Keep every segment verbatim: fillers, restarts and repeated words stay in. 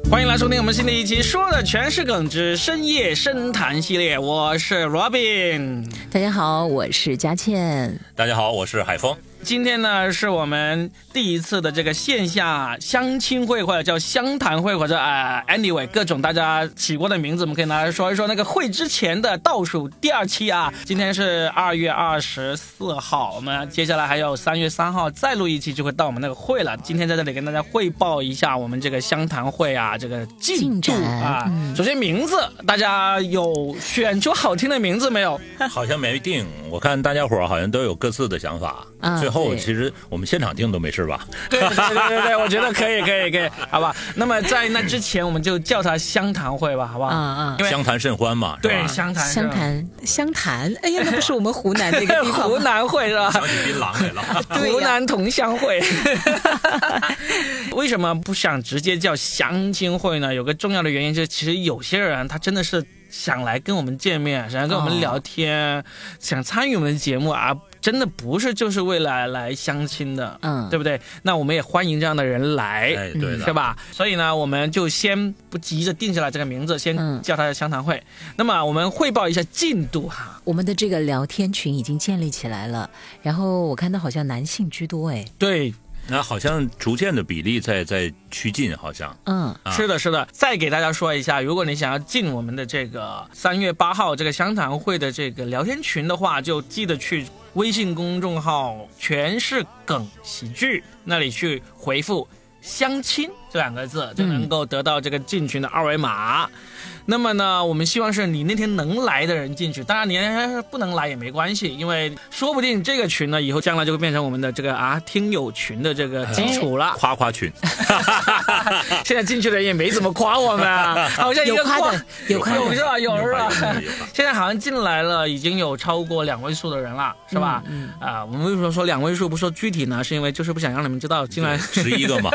欢迎来收听我们新的一期，说的全是梗之深夜深谈系列，我是 Robin。 大家好，我是佳倩。 大家好，我是海峰。 今天呢是我们第一次的这个线下相亲会，或者叫相谈会，或者啊、呃、anyway 各种大家起过的名字，我们可以拿来说一说那个会之前的倒数第二期啊。今天是二月二十四号，我们接下来还有三月三号再录一期就会到我们那个会了。今天在这里跟大家汇报一下我们这个相谈会啊这个进度啊、嗯。首先名字，大家有选出好听的名字没有？ 好像没定，我看大家伙好像都有各自的想法。啊、最后其实我们现场定都没事吧？ 对对对对对，我觉得可以可以可以，好吧。那么在那之前，我们就叫它相谈会吧，好不好？ 啊啊， 相谈甚欢嘛。 对，相谈相谈相谈。哎呀，那不是我们湖南那个地方湖南会是吧？ 想起槟榔来了。 湖南同乡会。为什么不想直接叫相亲会呢？有个重要的原因就是，其实有些人他真的是想来跟我们见面，想跟我们聊天，哦、想参与我们的节目啊。真的不是就是为了来相亲的，嗯，对不对？那我们也欢迎这样的人来， 哎，对的， 是吧？所以呢，我们就先不急着定下来这个名字，先叫它的相谈会。嗯、那么我们汇报一下进度哈。 我们的这个聊天群已经建立起来了，然后我看到好像男性居多，哎， 对。 那好像逐渐的比例在在趋近，好像， 嗯， 啊、是的，是的。再给大家说一下，如果你想要进我们的这个三月八号这个相谈会的这个聊天群的话，就记得去微信公众号全是梗喜剧那里去回复相亲这两个字，就能够得到这个进群的二维码。嗯、那么呢，我们希望是你那天能来的人进去，当然你不能来也没关系，因为说不定这个群呢以后将来就会变成我们的这个啊听友群的这个基础了。 夸夸群。 现在进去的人也没怎么夸我们啊，好像一个有夸的，有夸有是吧？有是吧？现在好像进来了已经有超过两位数的人了，是吧？嗯嗯、啊，我们为什么说两位数不说具体呢？是因为就是不想让你们知道进来十一个嘛。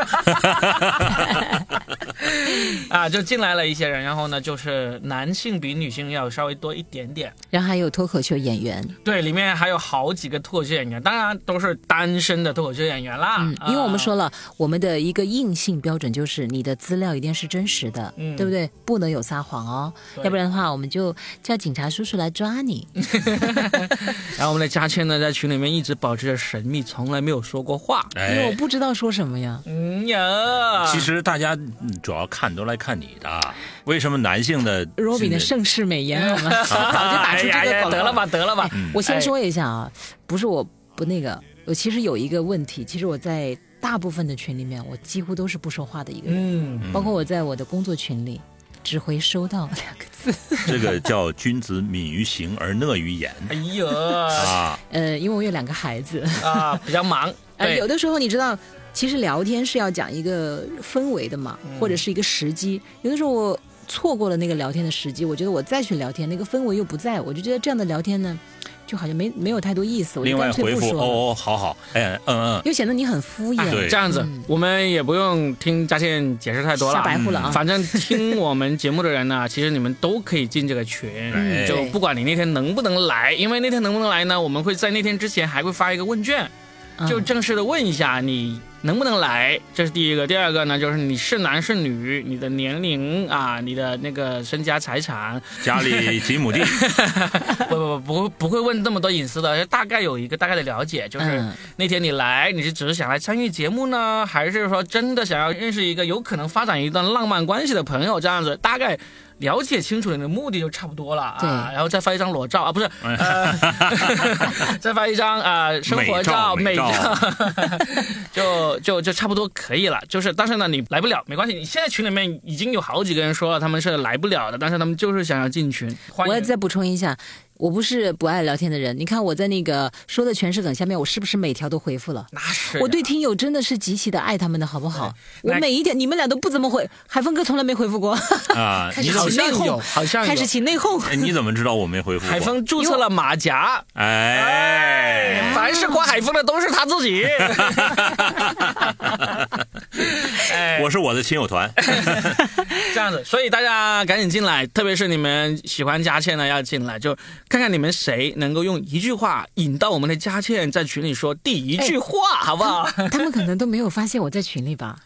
啊，就进来了一些人，然后呢，就是男性比女性要稍微多一点点， 然后还有脱口秀演员， 对，里面还有好几个脱口秀演员，当然都是单身的脱口秀演员啦。 嗯，因为我们说了，啊、我们的一个硬性标准就是你的资料一定是真实的，嗯、对不对？不能有撒谎哦，要不然的话，我们就叫警察叔叔来抓你。 然后我们的佳倩呢，在群里面一直保持着神秘，从来没有说过话， 因为我不知道说什么呀。 嗯呀， 其实大家主要看都来看你的，为什么男性的 Robin 的盛世美颜，我们早就打出这个广告， 得了吧，得了吧。 嗯、我先说一下啊，不是我不那个，我其实有一个问题，其实我在大部分的群里面，我几乎都是不说话的一个人，嗯，包括我在我的工作群里，只回收到两个字。 这个叫君子敏于行而讷于言。 哎呦啊， 呃，因为我有两个孩子啊，比较忙。 呃，有的时候你知道。其实聊天是要讲一个氛围的嘛，或者是一个时机。有的时候我错过了那个聊天的时机，我觉得我再去聊天，那个氛围又不在，我就觉得这样的聊天呢，就好像没没有太多意思。我就干脆不说。 另外回复哦哦，好好，哎嗯嗯， 又显得你很敷衍。 对， 这样子、嗯、我们也不用听佳倩解释太多了， 瞎白呼了啊。 反正听我们节目的人呢，其实你们都可以进这个群，嗯、就不管你那天能不能来，因为那天能不能来呢，我们会在那天之前还会发一个问卷。就正式的问一下你能不能来，这是第一个。第二个呢，就是你是男是女，你的年龄啊，你的那个身家财产， 家里几亩地。 不不不不不会问这么多隐私的，大概有一个大概的了解，就是那天你来，你是只是想来参与节目呢，还是说真的想要认识一个有可能发展一段浪漫关系的朋友，这样子大概了解清楚你的目的就差不多了啊，然后再发一张裸照啊，不是，呃、再发一张啊、呃、生活照、美照，美照就就就差不多可以了。就是但是呢，你来不了没关系，你现在群里面已经有好几个人说了他们是来不了的，但是他们就是想要进群。 我要再补充一下。我不是不爱聊天的人，你看我在那个说的全是梗下面，我是不是每条都回复了？ 那是、啊， 我对听友真的是极其的爱他们的，好不好？我每一点你们俩都不怎么回，海峰哥从来没回复过啊。 开始起内讧， 好像开始起内讧。 哎，你怎么知道我没回复过？ 海峰注册了马甲， 哎，哎凡是夸海峰的都是他自己。 哎、我是我的亲友团。 这样子，所以大家赶紧进来，特别是你们喜欢佳倩呢，要进来，就看看你们谁能够用一句话引到我们的佳倩在群里说第一句话，哎、好不好？ 他们可能都没有发现我在群里吧？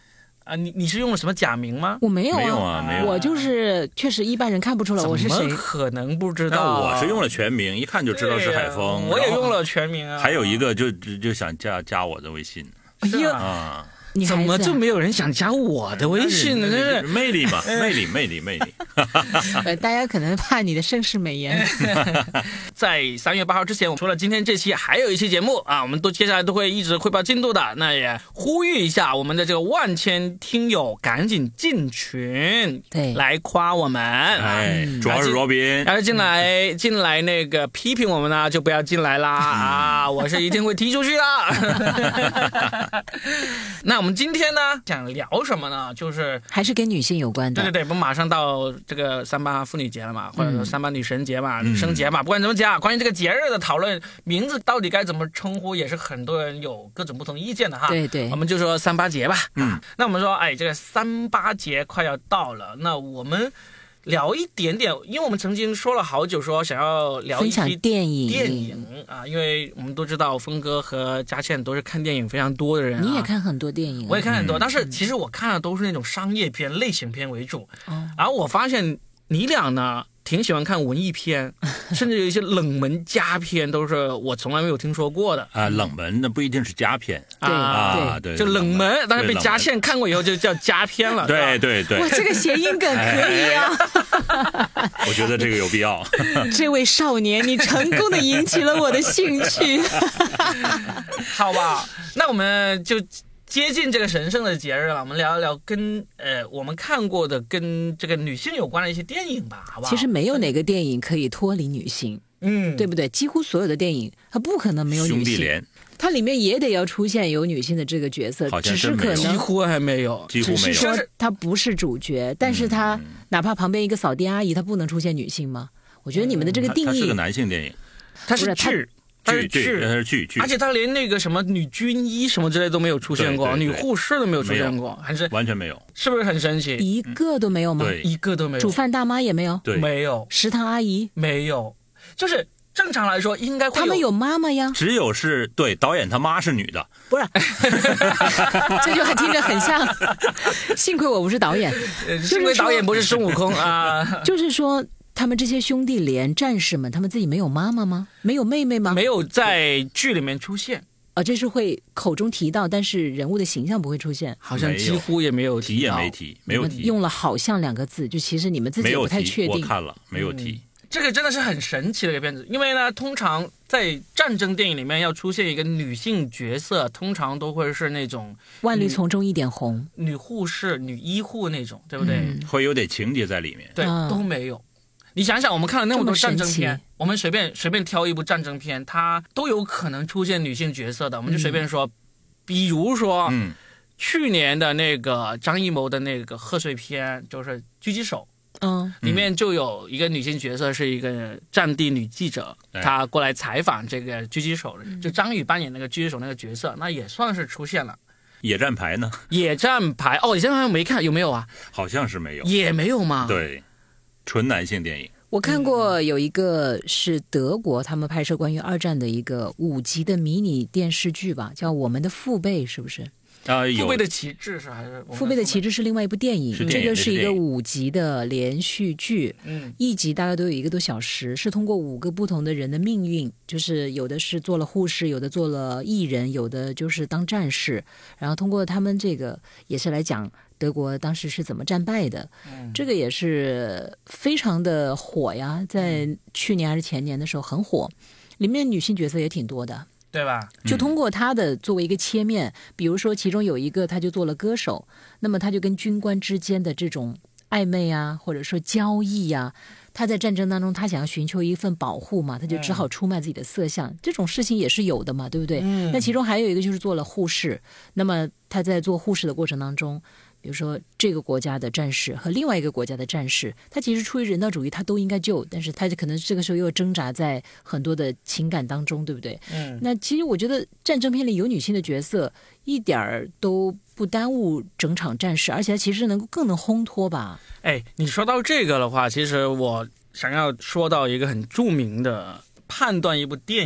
啊，你你是用了什么假名吗？ 我没有啊， 没有啊，没有。 我就是确实一般人看不出来我是谁。 怎么可能不知道？ 我是用了全名，一看就知道是海峰。 我也用了全名啊。 还有一个就就想加加我的微信。 是啊。 怎么就没有人想加我的微信呢？真是魅力嘛，魅力，魅力，魅力。 呃，大家可能怕你的盛世美颜。 在三月八号之前，除了今天这期，还有一期节目啊，我们都接下来都会一直汇报进度的。那也呼吁一下我们的这个万千听友，赶紧进群， 对， 来夸我们。 哎，主要是罗宾， 要是进来进来那个批评我们呢，就不要进来啦啊！我是一定会踢出去的。那我们今天呢，想聊什么呢？就是还是跟女性有关的。 对对对，不马上到这个三八妇女节了嘛，或者说三八女神节嘛、嗯、女生节嘛，不管怎么讲，关于这个节日的讨论，名字到底该怎么称呼，也是很多人有各种不同意见的哈。 对对， 我们就说三八节吧。 嗯， 那我们说，哎，这个三八节快要到了，那我们聊一点点，因为我们曾经说了好久，说想要聊一期电影电影啊，因为我们都知道峰哥和佳倩都是看电影非常多的人、啊， 你也看很多电影、啊， 我也看很多，但是其实我看的都是那种商业片、类型片为主。 哦， 然后我发现你俩呢，挺喜欢看文艺片，甚至有一些冷门佳片都是我从来没有听说过的啊、呃。冷门那不一定是佳片啊， 啊，对， 就冷门，但是被佳倩看过以后就叫佳片了。 对对对， 哇，这个谐音梗可以啊！ 我觉得这个有必要。 这位少年，你成功的引起了我的兴趣。 好吧，那我们就接近这个神圣的节日了，我们聊一聊跟呃我们看过的跟这个女性有关的一些电影吧，好不好？ 其实没有哪个电影可以脱离女性， 嗯， 对不对？几乎所有的电影它不可能没有女性。 兄弟连， 它里面也得要出现有女性的这个角色，只是可能几乎还没有， 几乎没有。 只是说她不是主角，但是她、嗯、哪怕旁边一个扫地阿姨，她不能出现女性吗？我觉得你们的这个定义， 它是个男性电影， 它是剧。它是剧， 它是剧剧， 而且它连那个什么女军医什么之类都没有出现过， 对对对， 女护士都没有出现过，还是完全没有， 是不是很神奇？ 一个都没有吗？ 对， 一个都没有。 煮饭大妈也没有， 对， 没有。 食堂阿姨没有，就是正常来说应该会有。 他们有妈妈呀， 只有是对导演他妈是女的， 不是？这句话听着很像。幸亏我不是导演， 幸亏导演不是孙悟空啊。 就是说。他们这些兄弟连战士们，他们自己没有妈妈吗？没有妹妹吗？ 没有在剧里面出现啊，这是会口中提到，但是人物的形象不会出现， 好像几乎也没有提，也没提，没有提， 用了好像两个字，就其实你们自己也不太确定。 我看了，没有提、 嗯。这个真的是很神奇的一个片子，因为呢，通常在战争电影里面要出现一个女性角色，通常都会是那种万绿丛中一点红， 女护士、女医护那种，对不对？ 嗯、 会有点情节在里面， 对， 啊、 都没有。你想想，我们看了那么多战争片，我们随便随便挑一部战争片，它都有可能出现女性角色的。我们就随便说，嗯、比如说， 嗯， 去年的那个张艺谋的那个贺岁片，就是《狙击手》， 嗯， 里面就有一个女性角色是一个战地女记者， 嗯、 她过来采访这个狙击手，就张宇扮演那个狙击手那个角色，那也算是出现了。 野战排呢？ 野战排哦，野战排没看，有没有啊？ 好像是没有， 也没有吗？ 对。纯男性电影， 我看过有一个是德国他们拍摄关于二战的一个五集的迷你电视剧吧，叫《我们的父辈》，是不是？ 啊， 父辈的旗帜是还是父辈的旗帜是另外一部电影，这个是一个五集的连续剧， 嗯， 一集大概都有一个多小时，是通过五个不同的人的命运，就是有的是做了护士，有的做了艺人，有的就是当战士，然后通过他们这个也是来讲德国当时是怎么战败的， 嗯、 这个也是非常的火呀，在去年还是前年的时候很火，里面女性角色也挺多的。 对吧？ 就通过他的作为一个切面，比如说其中有一个他就做了歌手，那么他就跟军官之间的这种暧昧啊，或者说交易啊，他在战争当中他想要寻求一份保护嘛，他就只好出卖自己的色相，嗯、这种事情也是有的嘛，对不对？ 嗯。 那其中还有一个就是做了护士，那么他在做护士的过程当中，比如说这个国家的战士和另外一个国家的战士，他其实出于人道主义他都应该救，但是他就可能这个时候又挣扎在很多的情感当中，对不对？ 嗯， 那其实我觉得战争片里有女性的角色一点儿都不耽误整场战事，而且其实能够更能烘托吧。 哎，你说到这个的话，其实我想要说到一个很著名的判断一部电影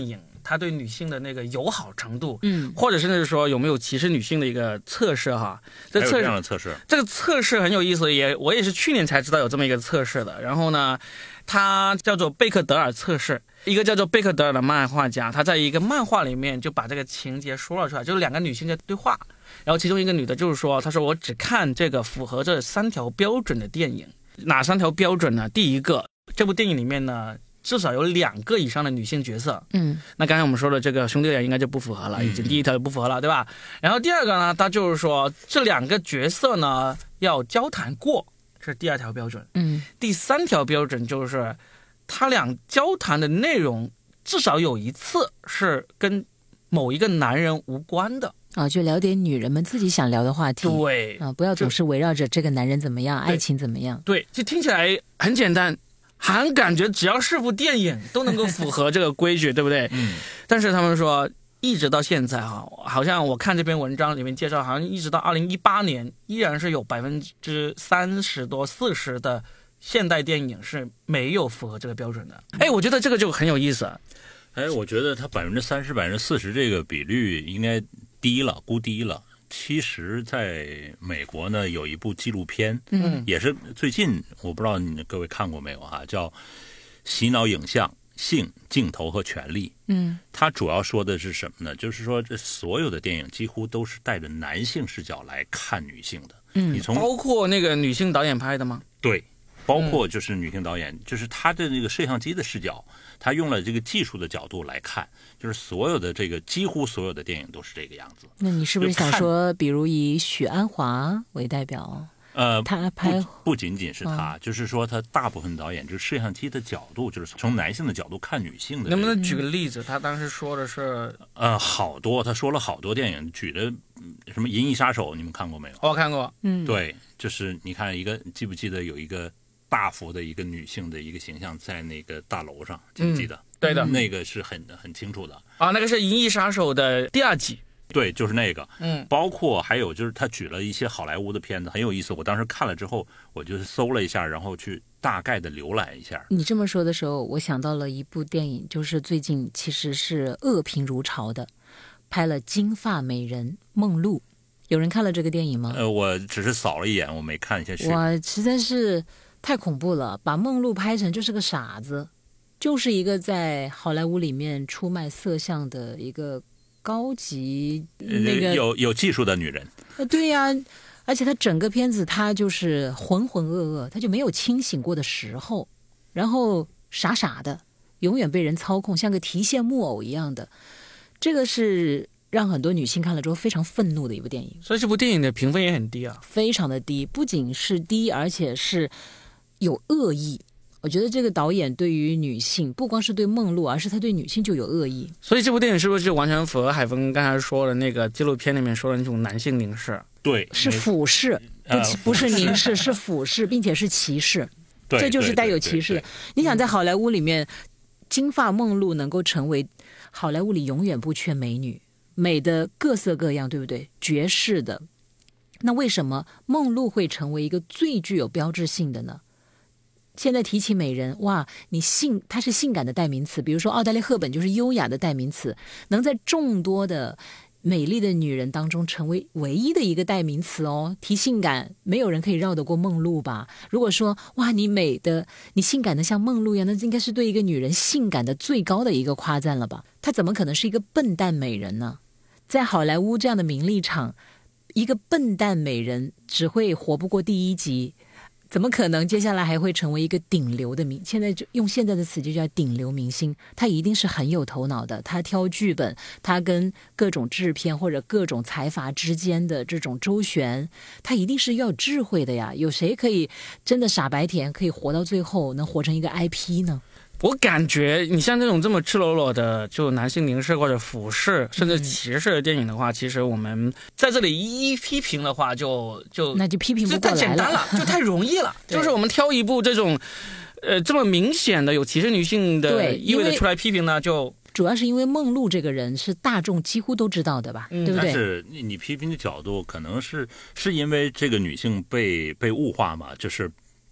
他对女性的那个友好程度，嗯，或者甚至是说有没有歧视女性的一个测试哈。 这测试这样的测试， 这个测试很有意思，也我也是去年才知道有这么一个测试的。然后呢，它叫做贝克德尔测试，一个叫做贝克德尔的漫画家，他在一个漫画里面就把这个情节说了出来，就是两个女性在对话，然后其中一个女的就是说，她说我只看这个符合这三条标准的电影。哪三条标准呢？第一个，这部电影里面呢至少有两个以上的女性角色，嗯，那刚才我们说的这个兄弟俩应该就不符合了，已经第一条就不符合了，对吧？然后第二个呢，他就是说这两个角色呢要交谈过，是第二条标准，嗯，第三条标准就是他俩交谈的内容至少有一次是跟某一个男人无关的。 啊，就聊点女人们自己想聊的话题， 对啊，不要总是围绕着这个男人怎么样，爱情怎么样。 对，就听起来很简单，还感觉只要是部电影都能够符合这个规矩，对不对？嗯。但是他们说，一直到现在哈，好像我看这篇文章里面介绍，好像一直到二零一八年，依然是有百分之三十多、四十的现代电影是没有符合这个标准的。哎，我觉得这个就很有意思。 哎，我觉得它百分之三十、百分之四十这个比率应该低了，估低了。其实在美国呢，有一部纪录片，嗯，也是最近，我不知道你各位看过没有哈，叫《洗脑影像、性、镜头和权力》。嗯，它主要说的是什么呢？就是说，这所有的电影几乎都是带着男性视角来看女性的。 嗯，你从包括那个女性导演拍的吗？ 对，包括就是女性导演，嗯、就是她的那个摄像机的视角。他用了这个技术的角度来看，就是所有的这个几乎所有的电影都是这个样子。 那你是不是想说，比如以许鞍华为代表？ 呃， 他拍不, 不仅仅是他、哦，就是说他大部分导演就是摄像机的角度，就是从男性的角度看女性的、这个。 能不能举个例子？他当时说的是， 呃，好多，他说了好多电影，举的什么《银翼杀手》，你们看过没有？ 我看过。 嗯， 对，就是你看一个，记不记得有一个大幅的一个女性的一个形象在那个大楼上，记不记得？嗯、 对的， 那个是很很清楚的啊，那个是《银翼杀手》的第二集。 对，就是那个，嗯，包括还有就是他举了一些好莱坞的片子，很有意思。我当时看了之后，我就搜了一下，然后去大概的浏览一下。 你这么说的时候，我想到了一部电影，就是最近其实是恶评如潮的，拍了《金发美人梦露》。有人看了这个电影吗？ 呃，我只是扫了一眼，我没看下去。 哇，实在是太恐怖了，把梦露拍成就是个傻子，就是一个在好莱坞里面出卖色相的一个高级那个、 呃、有有技术的女人。 呃，对呀、啊，而且他整个片子他就是浑浑噩噩，他就没有清醒过的时候，然后傻傻的，永远被人操控，像个提线木偶一样的。这个是让很多女性看了之后非常愤怒的一部电影。 所以这部电影的评分也很低啊， 非常的低，不仅是低，而且是有恶意。我觉得这个导演对于女性，不光是对梦露，而是他对女性就有恶意。 所以这部电影是不是就完全符合海峰刚才说的那个纪录片里面说的那种男性凝视？ 对， 是俯视，不、呃、不是凝视，是俯视，并且是歧视。 对， 这就是带有歧视的。你想在好莱坞里面，金发梦露能够成为好莱坞里永远不缺美女，美的各色各样，对不对？绝世的。那为什么梦露会成为一个最具有标志性的呢？现在提起美人，哇，你性它是性感的代名词，比如说奥黛丽·赫本就是优雅的代名词，能在众多的美丽的女人当中成为唯一的一个代名词哦。提性感，没有人可以绕得过梦露吧？如果说哇，你美的，你性感的像梦露一样，那应该是对一个女人性感的最高的一个夸赞了吧？她怎么可能是一个笨蛋美人呢？在好莱坞这样的名利场，一个笨蛋美人只会活不过第一集。怎么可能接下来还会成为一个顶流的明？现在就用现在的词就叫顶流明星，他一定是很有头脑的。他挑剧本，他跟各种制片或者各种财阀之间的这种周旋，他一定是要有智慧的呀。有谁可以真的傻白甜可以活到最后，能活成一个 I P 呢？ 我感觉你像这种这么赤裸裸的就男性凝视或者俯视甚至歧视的电影的话、嗯、其实我们在这里一一批评的话就就那就批评不过来了， 就太简单了，就太容易了就是我们挑一部这种呃这么明显的有歧视女性的意味的出来批评呢，就主要是因为梦露这个人是大众几乎都知道的吧、嗯、对不对？ 但是你批评的角度可能是是因为这个女性被被物化嘛，就是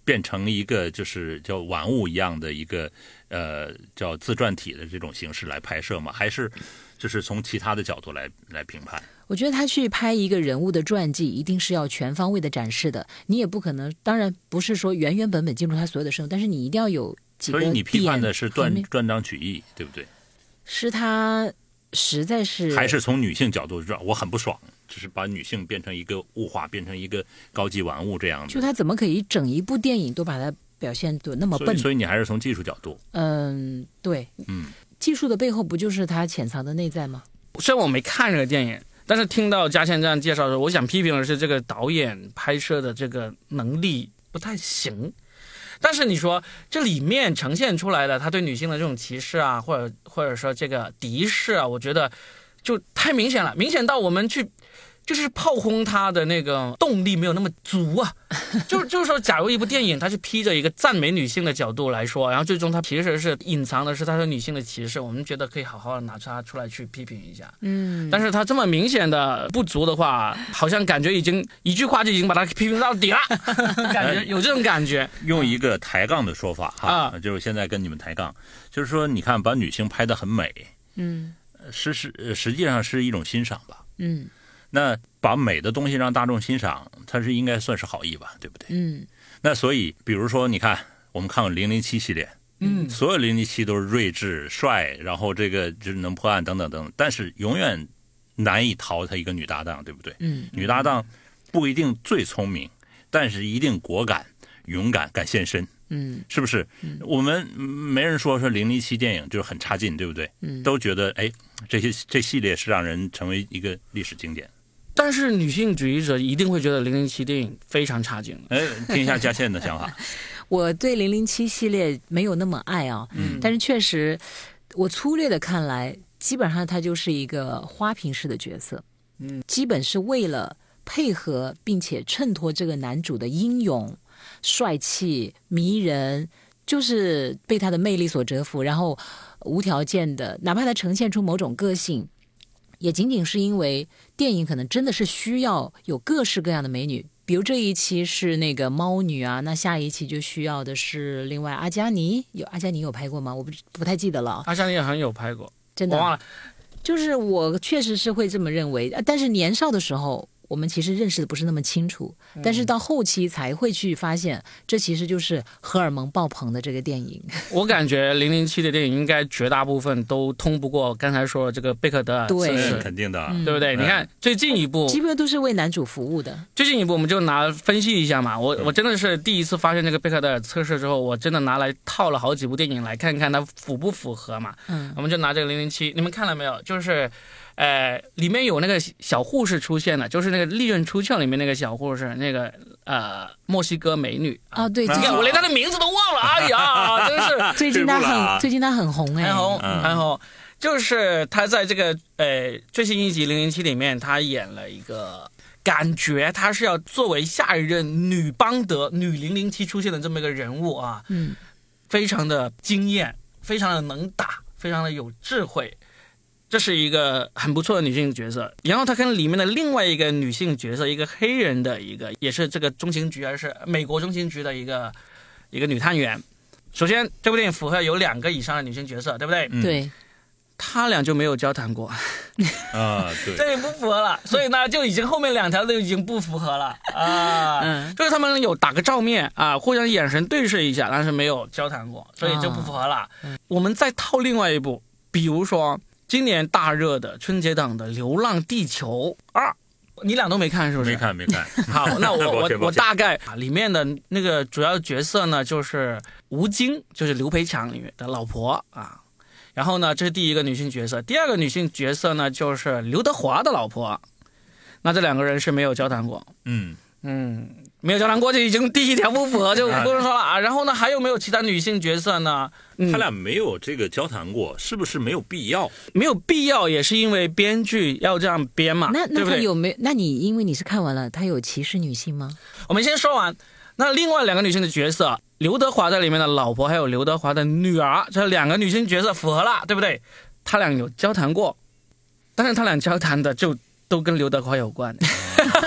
变成一个就是叫玩物一样的一个呃叫自传体的这种形式来拍摄吗？还是就是从其他的角度来来评判？ 我觉得他去拍一个人物的传记，一定是要全方位的展示的。你也不可能，当然不是说原原本本进入他所有的生活，但是你一定要有几个点。 所以你批判的是断断章取义，对不对？ 是他实在是还是从女性角度上，我很不爽，就是把女性变成一个物化，变成一个高级玩物这样子。 就他怎么可以整一部电影都把它表现得那么笨？ 所以，所以你还是从技术角度。 嗯，对， 嗯， 技术的背后不就是他潜藏的内在吗？ 虽然我没看这个电影，但是听到嘉倩这样介绍的时候，我想批评的是这个导演拍摄的这个能力不太行。但是你说这里面呈现出来的他对女性的这种歧视啊，或者或者说这个敌视啊，我觉得就太明显了，明显到我们去就是炮轰他的那个动力没有那么足啊。就就是说，假如一部电影它是披着一个赞美女性的角度来说，然后最终它其实是隐藏的是他对女性的歧视，我们觉得可以好好的拿它出来去批评一下。 嗯， 但是他这么明显的不足的话，好像感觉已经一句话就已经把他批评到底了，感觉有这种感觉。 用一个抬杠的说法哈、啊，就是现在跟你们抬杠，就是说你看把女性拍得很美， 嗯， 是是实际上是一种欣赏吧， 嗯。 那把美的东西让大众欣赏，它是应该算是好意吧，对不对？ 嗯。 那所以，比如说，你看，我们看过零零七系列， 嗯， 所有零零七都是睿智、帅，然后这个就是能破案等等等等，但是永远难以逃他一个女搭档，对不对？ 嗯。 女搭档不一定最聪明，但是一定果敢、勇敢、敢献身。 嗯， 是不是？嗯、我们没人说说零零七电影就是很差劲，对不对？ 嗯， 都觉得哎，这些这系列是让人成为一个历史经典。 但是女性主义者一定会觉得零零七电影非常差劲。 哎，听一下嘉倩的想法。 我对零零七系列没有那么爱啊，嗯，但是确实，我粗略的看来，基本上它就是一个花瓶式的角色，嗯，基本是为了配合并且衬托这个男主的英勇、帅气、迷人，就是被他的魅力所折服，然后无条件的，哪怕他呈现出某种个性。也仅仅是因为电影可能真的是需要有各式各样的美女，比如这一期是那个猫女啊，那下一期就需要的是另外阿加尼，有阿加尼有拍过吗？我不不太记得了。 阿加尼好像有拍过， 真的我忘了。 就是我确实是会这么认为，但是年少的时候我们其实认识的不是那么清楚，但是到后期才会去发现，这其实就是荷尔蒙爆棚的这个电影。 我感觉零零七的电影应该绝大部分都通不过刚才说的这个贝克德尔测试， 对，肯定的， 对不对？嗯、你看最近一部， 基本上都是为男主服务的。 最近一部我们就拿分析一下嘛，我我真的是第一次发现这个贝克德尔测试之后，我真的拿来套了好几部电影来看看它符不符合嘛。嗯，我们就拿这个零零七，你们看了没有？就是。呃，里面有那个小护士出现了，就是那个《利刃出鞘》里面那个小护士，那个呃墨西哥美女啊，对， 啊我连她的名字都忘了，哎呀，真是最近她很最近她很红哎， 很红很红，就是她在这个呃最新一集零零七里面，她演了一个感觉她是要作为下一任女邦德女零零七出现的这么一个人物啊， 嗯， 非常的惊艳，非常的能打，非常的有智慧。这是一个很不错的女性角色，然后她跟里面的另外一个女性角色，一个黑人的一个，也是这个中情局还是美国中情局的一个一个女探员。首先，这部电影符合有两个以上的女性角色，对不对？ 嗯、对， 他俩就没有交谈过啊，对， 这也不符合了。所以呢，就已经后面两条都已经不符合了啊。嗯，就是他们有打个照面啊，互相眼神对视一下，但是没有交谈过，所以就不符合了。啊嗯、我们再套另外一部，比如说。今年大热的春节档的《流浪地球二》，你俩都没看是不是？ 没看没看。 好，那我我我大概啊，里面的那个主要角色呢，就是吴京，就是刘培强里面的老婆啊。然后呢，这是第一个女性角色，第二个女性角色呢，就是刘德华的老婆。那这两个人是没有交谈过。 嗯嗯。没有交谈过就已经第一条不符合，就不能说了啊。然后呢，还有没有其他女性角色呢？ 嗯、他俩没有这个交谈过，是不是没有必要？ 没有必要，也是因为编剧要这样编嘛。 那那他有没有？那你因为你是看完了，他有歧视女性吗？ 我们先说完。那另外两个女性的角色，刘德华在里面的老婆，还有刘德华的女儿，这两个女性角色符合了，对不对？他俩有交谈过，但是他俩交谈的就都跟刘德华有关。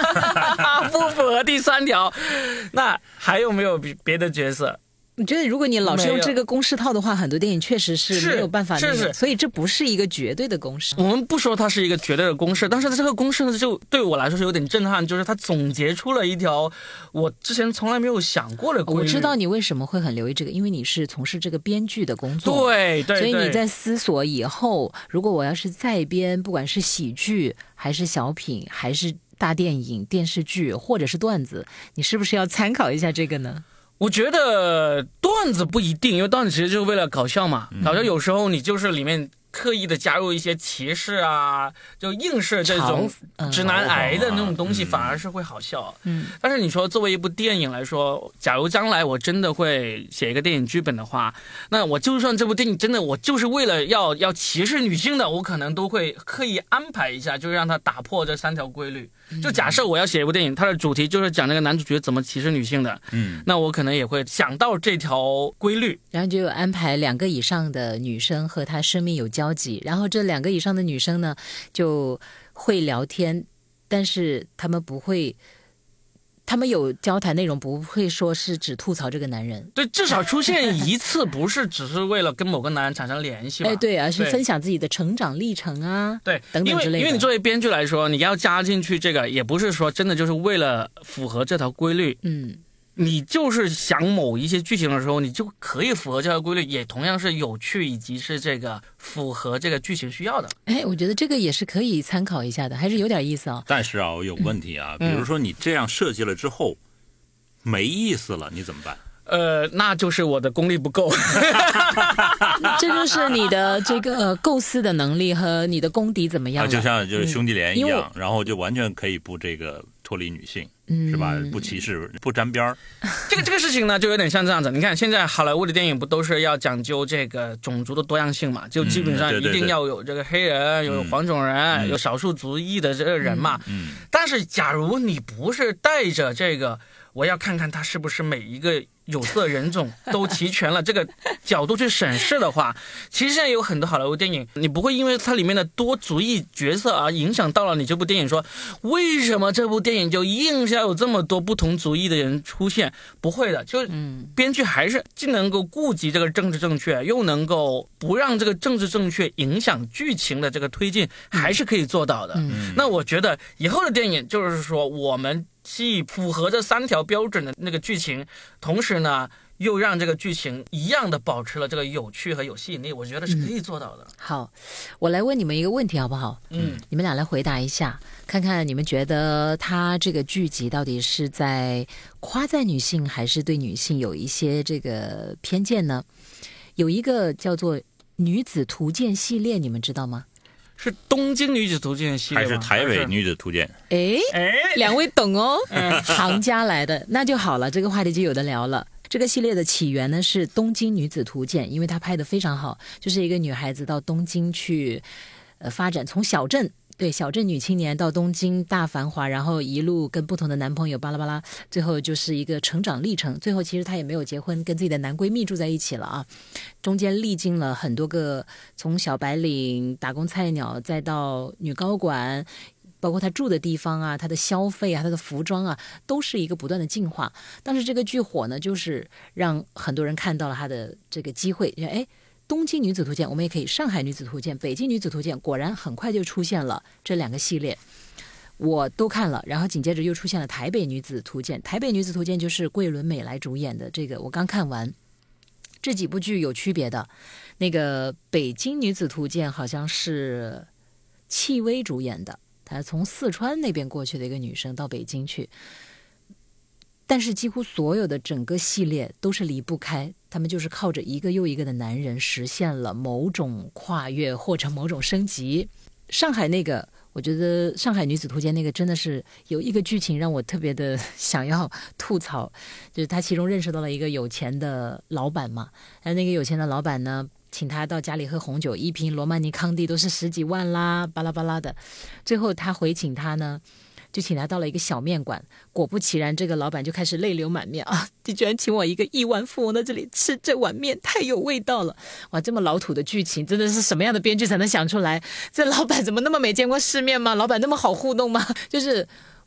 不符合第三条。那还有没有别的角色？ 我觉得如果你老是用这个公式套的话，很多电影确实是没有办法、那个、 是是， 所以这不是一个绝对的公式。 我们不说它是一个绝对的公式，但是这个公式呢，就对我来说是有点震撼，就是它总结出了一条我之前从来没有想过的规律。 我知道你为什么会很留意这个，因为你是从事这个编剧的工作， 对对， 所以你在思索以后，如果我要是再编，不管是喜剧还是小品还是大电影、电视剧或者是段子，你是不是要参考一下这个呢？ 我觉得段子不一定，因为段子其实就是为了搞笑嘛。搞笑有时候你就是里面刻意的加入一些歧视啊，就硬是这种直男癌的那种东西，反而是会好笑。嗯，但是你说作为一部电影来说，假如将来我真的会写一个电影剧本的话，那我就算这部电影真的我就是为了要要歧视女性的，我可能都会刻意安排一下，就让它打破这三条规律。就假设我要写一部电影，它的主题就是讲那个男主角怎么歧视女性的，嗯，那我可能也会想到这条规律， 然后就安排两个以上的女生和他生命有交集，然后这两个以上的女生呢就会聊天，但是他们不会。他们有交谈内容，不会说是只吐槽这个男人， 对，至少出现一次，不是只是为了跟某个男人产生联系吧？ 哎，对，而是分享自己的成长历程啊， 对， 等等之类的。 因为因为你作为编剧来说，你要加进去这个，也不是说真的就是为了符合这条规律，嗯。你就是想某一些剧情的时候，你就可以符合这条规律，也同样是有趣，以及是这个符合这个剧情需要的。 哎，我觉得这个也是可以参考一下的，还是有点意思啊。 但是啊，我有问题啊，嗯、比如说你这样设计了之后、嗯、没意思了，你怎么办？ 呃，那就是我的功力不够。 这就是你的这个、呃、构思的能力和你的功底怎么样、啊、 就像就是兄弟连一样、嗯、然后就完全可以不这个脱离女性、嗯、是吧？不歧视，不沾边儿。 这个这个事情呢，就有点像这样子。你看，现在好莱坞的电影不都是要讲究这个种族的多样性嘛？就基本上一定要有这个黑人，嗯、有黄种人，嗯、有少数族裔的这个人嘛。嗯。但是，假如你不是带着这个，我要看看他是不是每一个有色人种都齐全了这个角度去审视的话，其实现在有很多好莱坞电影，你不会因为它里面的多族裔角色而影响到了你这部电影，说为什么这部电影就硬是要有这么多不同族裔的人出现？不会的，就编剧还是既能够顾及这个政治正确，又能够不让这个政治正确影响剧情的这个推进，还是可以做到的。嗯、那我觉得以后的电影就是说，我们既符合这三条标准的那个剧情，同时呢又让这个剧情一样的保持了这个有趣和有吸引力，我觉得是可以做到的。 嗯、好，我来问你们一个问题好不好？嗯，你们俩来回答一下，看看你们觉得他这个剧集到底是在夸赞女性，还是对女性有一些这个偏见呢？有一个叫做女子图鉴系列，你们知道吗？ 是东京女子图鉴系列吗？ 还是台北女子图鉴？ 哎哎，两位懂哦，行家来的，那就好了，这个话题就有的聊了。这个系列的起源呢是东京女子图鉴，因为它拍得非常好，就是一个女孩子到东京去呃发展，从小镇对小镇女青年到东京大繁华，然后一路跟不同的男朋友巴拉巴拉，最后就是一个成长历程。最后其实她也没有结婚，跟自己的男闺蜜住在一起了啊。中间历经了很多个，从小白领打工菜鸟，再到女高管，包括她住的地方啊，她的消费啊，她的服装啊，都是一个不断的进化。当时这个剧火呢，就是让很多人看到了她的这个机会，哎。东京女子图鉴，我们也可以上海女子图鉴、北京女子图鉴，果然很快就出现了这两个系列，我都看了。然后紧接着又出现了台北女子图鉴，台北女子图鉴就是桂纶镁来主演的，这个我刚看完。这几部剧有区别的，那个北京女子图鉴好像是戚薇主演的，她从四川那边过去的一个女生到北京去。但是几乎所有的整个系列都是离不开，他们就是靠着一个又一个的男人实现了某种跨越或者某种升级。上海那个，我觉得上海女子图鉴那个真的是有一个剧情让我特别的想要吐槽，就是他其中认识到了一个有钱的老板嘛，然后那个有钱的老板呢请他到家里喝红酒，一瓶罗曼尼康帝都是十几万啦，巴拉巴拉的。最后他回请他呢，就请他到了一个小面馆，果不其然，这个老板就开始泪流满面啊！你居然请我一个亿万富翁在这里吃这碗面，太有味道了！哇，这么老土的剧情，真的是什么样的编剧才能想出来？这老板怎么那么没见过世面吗？老板那么好糊弄吗？就是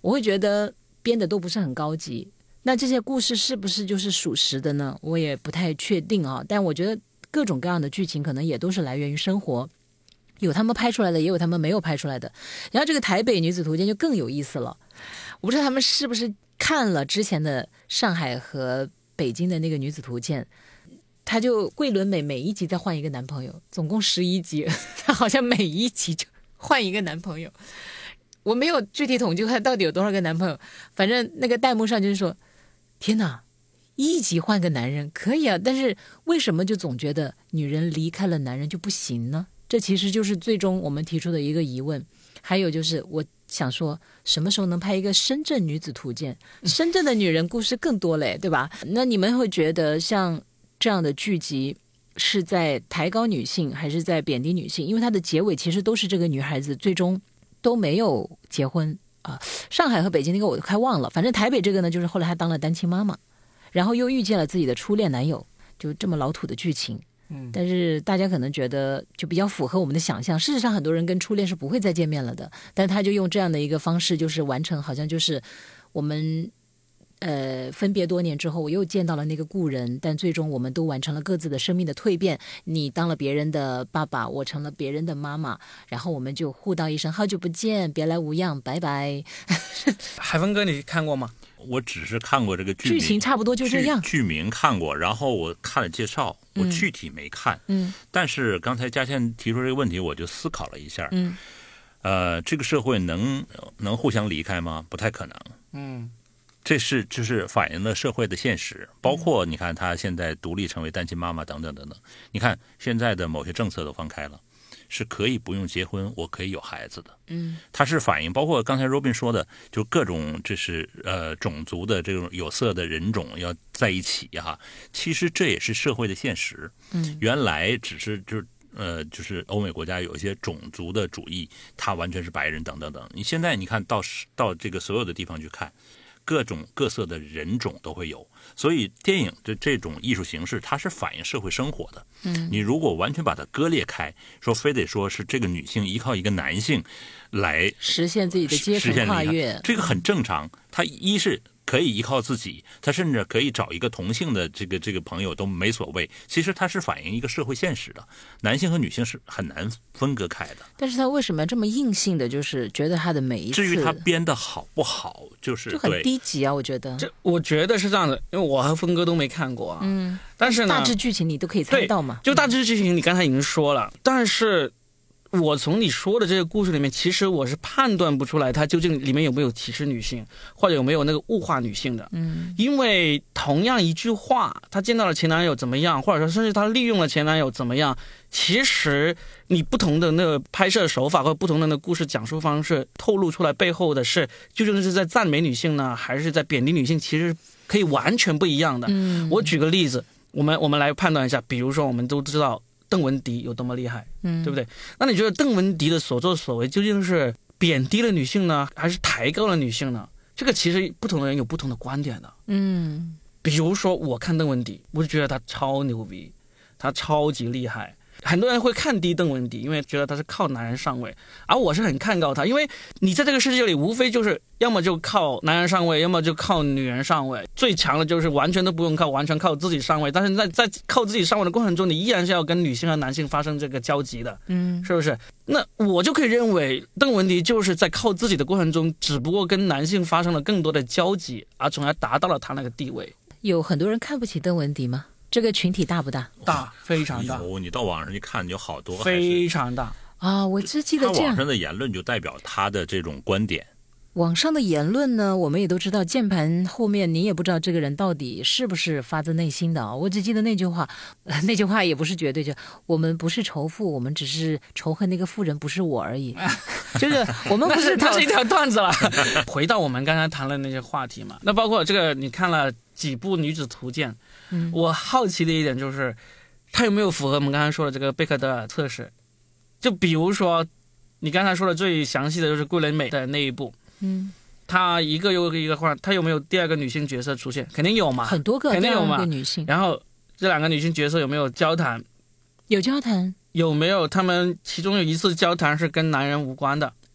我会觉得编的都不是很高级。那这些故事是不是就是属实的呢？我也不太确定啊。但我觉得各种各样的剧情可能也都是来源于生活，有他们拍出来的，也有他们没有拍出来的。然后这个台北女子图鉴就更有意思了，我不知道他们是不是看了之前的上海和北京的那个女子图鉴，他就桂纶镁每一集再换一个男朋友，总共十一集，他好像每一集就换一个男朋友。我没有具体统计看到底有多少个男朋友，反正那个弹幕上就是说，天哪，一集换个男人可以啊，但是为什么就总觉得女人离开了男人就不行呢？这其实就是最终我们提出的一个疑问。还有就是我想说，什么时候能拍一个深圳女子图鉴？深圳的女人故事更多嘞，对吧？那你们会觉得像这样的剧集是在抬高女性还是在贬低女性？因为它的结尾其实都是这个女孩子最终都没有结婚啊。上海和北京那个我都快忘了，反正台北这个呢，就是后来她当了单亲妈妈，然后又遇见了自己的初恋男友，就这么老土的剧情。嗯，但是大家可能觉得就比较符合我们的想象。事实上，很多人跟初恋是不会再见面了的，但他就用这样的一个方式，就是完成，好像就是我们呃分别多年之后，我又见到了那个故人，但最终我们都完成了各自的生命的蜕变。你当了别人的爸爸，我成了别人的妈妈，然后我们就互道一声好久不见，别来无恙，拜拜。 海峰哥，你看过吗？ 我只是看过这个剧名， 剧情差不多就这样。 剧, 剧名看过，然后我看了介绍，我具体没看。嗯，但是刚才佳倩提出这个问题，我就思考了一下。嗯，呃，这个社会能能互相离开吗？不太可能。嗯，这是就是反映了社会的现实，包括你看她现在独立成为单亲妈妈等等等等。你看现在的某些政策都放开了。是可以不用结婚，我可以有孩子的。嗯，它是反映，包括刚才 Robin 说的，就各种这是呃种族的这种有色的人种要在一起哈。其实这也是社会的现实。嗯，原来只是就是呃就是欧美国家有一些种族的主义，它完全是白人等等等。你现在你看到到这个所有的地方去看。各种各色的人种都会有，所以电影的这种艺术形式，它是反映社会生活的。嗯，你如果完全把它割裂开，说非得说是这个女性依靠一个男性来实现自己的阶层跨越， 这个很正常。她一是可以依靠自己，她甚至可以找一个同性的这个这个朋友都没所谓。其实它是反映一个社会现实的，男性和女性是很难分割开的。 但是他为什么这么硬性的，就是觉得他的每一次， 至于他编的好不好，就是就很低级啊，我觉得。 这我觉得是这样的，因为我和峰哥都没看过啊。嗯，但是呢， 大致剧情你都可以猜到嘛。 就大致剧情你刚才已经说了，但是我从你说的这个故事里面，其实我是判断不出来它究竟里面有没有歧视女性，或者有没有那个物化女性的。嗯，因为同样一句话，她见到了前男友怎么样，或者说甚至她利用了前男友怎么样，其实你不同的那个拍摄手法或不同的那个故事讲述方式，透露出来背后的是究竟是在赞美女性呢，还是在贬低女性，其实可以完全不一样的。嗯，我举个例子，我们我们来判断一下，比如说我们都知道邓文迪有多么厉害，嗯，对不对？那你觉得邓文迪的所作所为究竟是贬低了女性呢，还是抬高了女性呢？这个其实不同的人有不同的观点的。嗯，比如说我看邓文迪，我就觉得他超牛逼，他超级厉害。很多人会看低邓文迪，因为觉得他是靠男人上位，而我是很看高他，因为你在这个世界里无非就是要么就靠男人上位，要么就靠女人上位，最强的就是完全都不用靠，完全靠自己上位。但是在在靠自己上位的过程中，你依然是要跟女性和男性发生这个交集的，嗯，是不是？那我就可以认为邓文迪就是在靠自己的过程中，只不过跟男性发生了更多的交集，而从而达到了他那个地位。 有很多人看不起邓文迪吗？这个群体大不大？ 大，非常大。 有，你到网上一看，有好多， 非常大啊！我只记得这样。 他网上的言论就代表他的这种观点。 网上的言论呢，我们也都知道，键盘后面你也不知道这个人到底是不是发自内心的啊。我只记得那句话，呃、那句话也不是绝对，就我们不是仇富，我们只是仇恨那个富人不是我而已。就是我们不是他是一条段子了。回到我们刚才谈的那些话题嘛，那包括这个，你看了几部女子图鉴，嗯，我好奇的一点就是，它有没有符合我们刚才说的这个贝克德尔测试？就比如说，你刚才说的最详细的就是桂纶镁的那一部。嗯，他一个又一个换，他有没有第二个女性角色出现？肯定有嘛， 很多个， 肯定有嘛。 女性， 然后这两个女性角色有没有交谈？ 有交谈。 有没有他们其中有一次交谈是跟男人无关的？ 哎，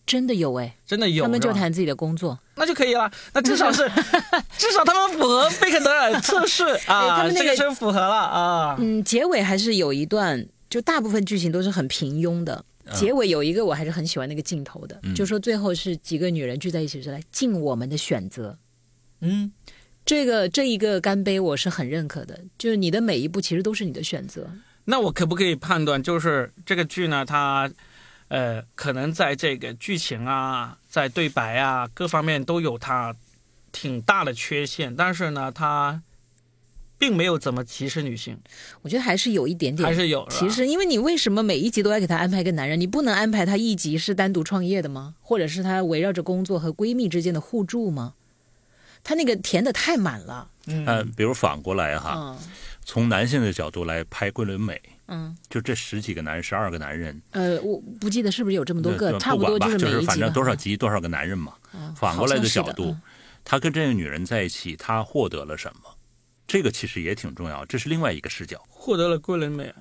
真的有哎， 真的有， 他们就谈自己的工作， 那就可以了。那至少是，至少他们符合贝克德尔测试啊， 他们那个这个是符合了啊。 嗯，结尾还是有一段，就大部分剧情都是很平庸的。结尾有一个我还是很喜欢那个镜头的，嗯、就说最后是几个女人聚在一起说来尽我们的选择。嗯，这个这一个干杯我是很认可的，就是你的每一步其实都是你的选择。 那我可不可以判断，就是这个剧呢，它呃可能在这个剧情啊，在对白啊各方面都有它挺大的缺陷，但是呢，它并没有怎么歧视女性。 我觉得还是有一点点， 还是有其实因为你为什么每一集都要给他安排一个男人？你不能安排他一集是单独创业的吗？或者是他围绕着工作和闺蜜之间的互助吗？他那个填的太满了。 嗯、呃，比如反过来哈、嗯，从男性的角度来拍桂纶镁，嗯，就这十几个男人，十二个男人， 呃，我不记得是不是有这么多个，差不多就是每一集、 就是、反正多少集多少个男人嘛。嗯、反过来的角度，嗯、他跟这个女人在一起，他获得了什么？这个其实也挺重要，这是另外一个视角。 获得了桂纶镁。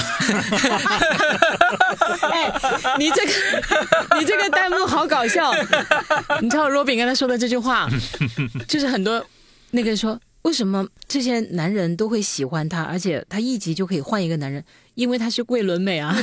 哎，你这个你这个弹幕好搞笑。你知道罗宾刚才说的这句话，就是很多那个说为什么这些男人都会喜欢他，而且他一集就可以换一个男人，因为他是桂纶镁啊。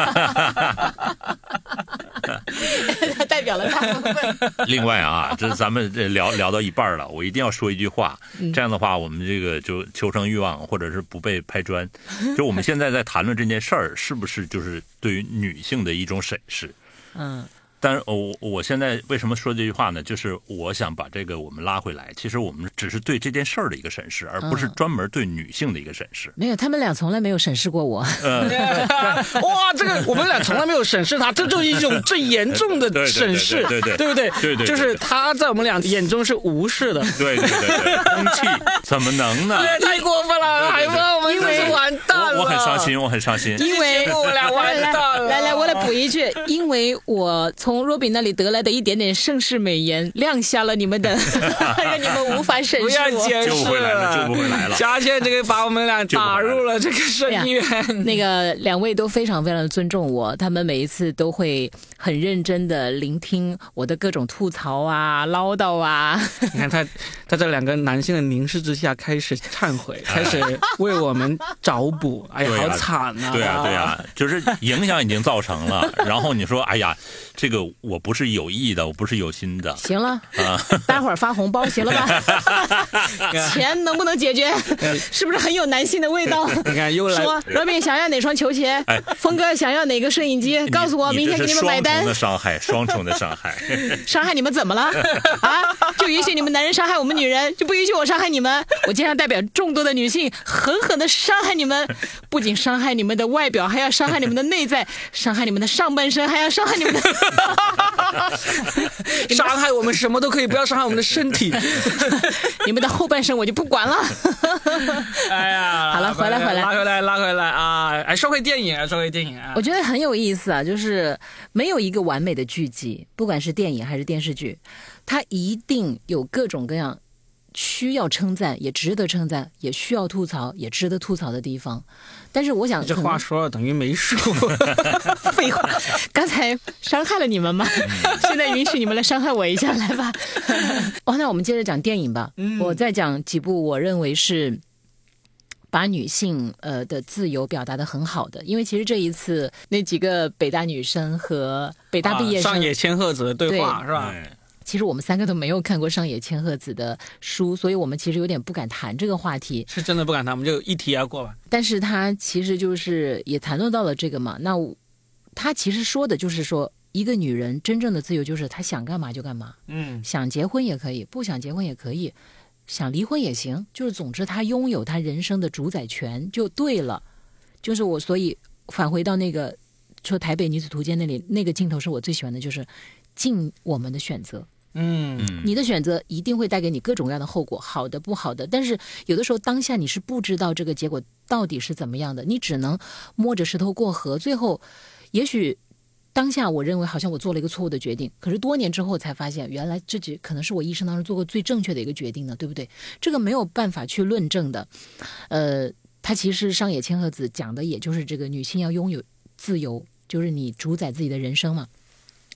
他代表了大部分。 另外啊，这咱们聊聊到一半了，我一定要说一句话，这样的话我们这个就求生欲望或者是不被拍砖。就我们现在在谈论这件事儿，是不是就是对于女性的一种审视？嗯。但是我我现在为什么说这句话呢？就是我想把这个我们拉回来，其实我们只是对这件事儿的一个审视，而不是专门对女性的一个审视。 嗯、没有，他们俩从来没有审视过我。 嗯、哇，这个我们俩从来没有审视他，这就是一种最严重的审视， 对对对不对？ 对对， 就是他在我们俩眼中是无视的。 对对对对，空气怎么能呢？ 对，太过分了，海峰，我们因为完蛋了， 我很伤心，我很伤心， 因为我俩完蛋了。 来来，我来补一句，因为我从若比那里得来的一点点盛世美颜，亮瞎了你们的，让你们无法审视我。 不要解释了，救不回来了，救不回来了。 佳倩这个把我们俩打入了这个深渊。 那个两位都非常非常的尊重我，他们每一次都会很认真的聆听我的各种吐槽啊、唠叨啊。 你看他在这两个男性的凝视之下开始忏悔，开始为我们找补。哎呀，好惨啊！ 对啊，对啊，就是影响已经造成了。然后你说，哎呀，这个我不是有意的，我不是有心的。 行了，啊，待会儿发红包行了吧？钱能不能解决？是不是很有男性的味道？ 你看又来说，罗宾想要哪双球鞋？哎，峰哥想要哪个摄影机？告诉我，明天给你们买单。 双重的伤害，双重的伤害。 伤害你们怎么了？啊，就允许你们男人伤害我们女人，就不允许我伤害你们？我今天代表众多的女性，狠狠的伤害你们，不仅伤害你们的外表，还要伤害你们的内在，伤害你们的上半身，还要伤害你们的。 伤害我们什么都可以，不要伤害我们的身体。 你们的后半身我就不管了。 哎呀， 好了，回来回来， 拉回来拉回来啊！哎，说回电影，说回电影啊， 我觉得很有意思啊，就是没有一个完美的剧集，不管是电影还是电视剧，它一定有各种各样需要称赞也值得称赞，也需要吐槽也值得吐槽的地方。但是我想这话说了等于没说。 废话，刚才伤害了你们吗？现在允许你们来伤害我一下，来吧。哦，那我们接着讲电影吧。嗯、我再讲几部我认为是把女性呃的自由表达得很好的，因为其实这一次那几个北大女生和北大毕业生、 啊、上野千鹤子的对话是吧？ 其实我们三个都没有看过上野千鹤子的书，所以我们其实有点不敢谈这个话题。 是真的不敢谈，我们就一提而过吧。 但是他其实就是也谈论到了这个嘛，那他其实说的就是说，一个女人真正的自由就是她想干嘛就干嘛，嗯，想结婚也可以，不想结婚也可以，想离婚也行，就是总之她拥有她人生的主宰权就对了。就是我所以返回到那个说台北女子图鉴那里，那个镜头是我最喜欢的，就是尽我们的选择。嗯，你的选择一定会带给你各种各样的后果，好的不好的，但是有的时候当下你是不知道这个结果到底是怎么样的，你只能摸着石头过河，最后也许当下我认为好像我做了一个错误的决定，可是多年之后才发现原来这可能是我一生当中做过最正确的一个决定呢，对不对？这个没有办法去论证的。呃，他其实上野千鹤子讲的也就是这个女性要拥有自由，就是你主宰自己的人生嘛。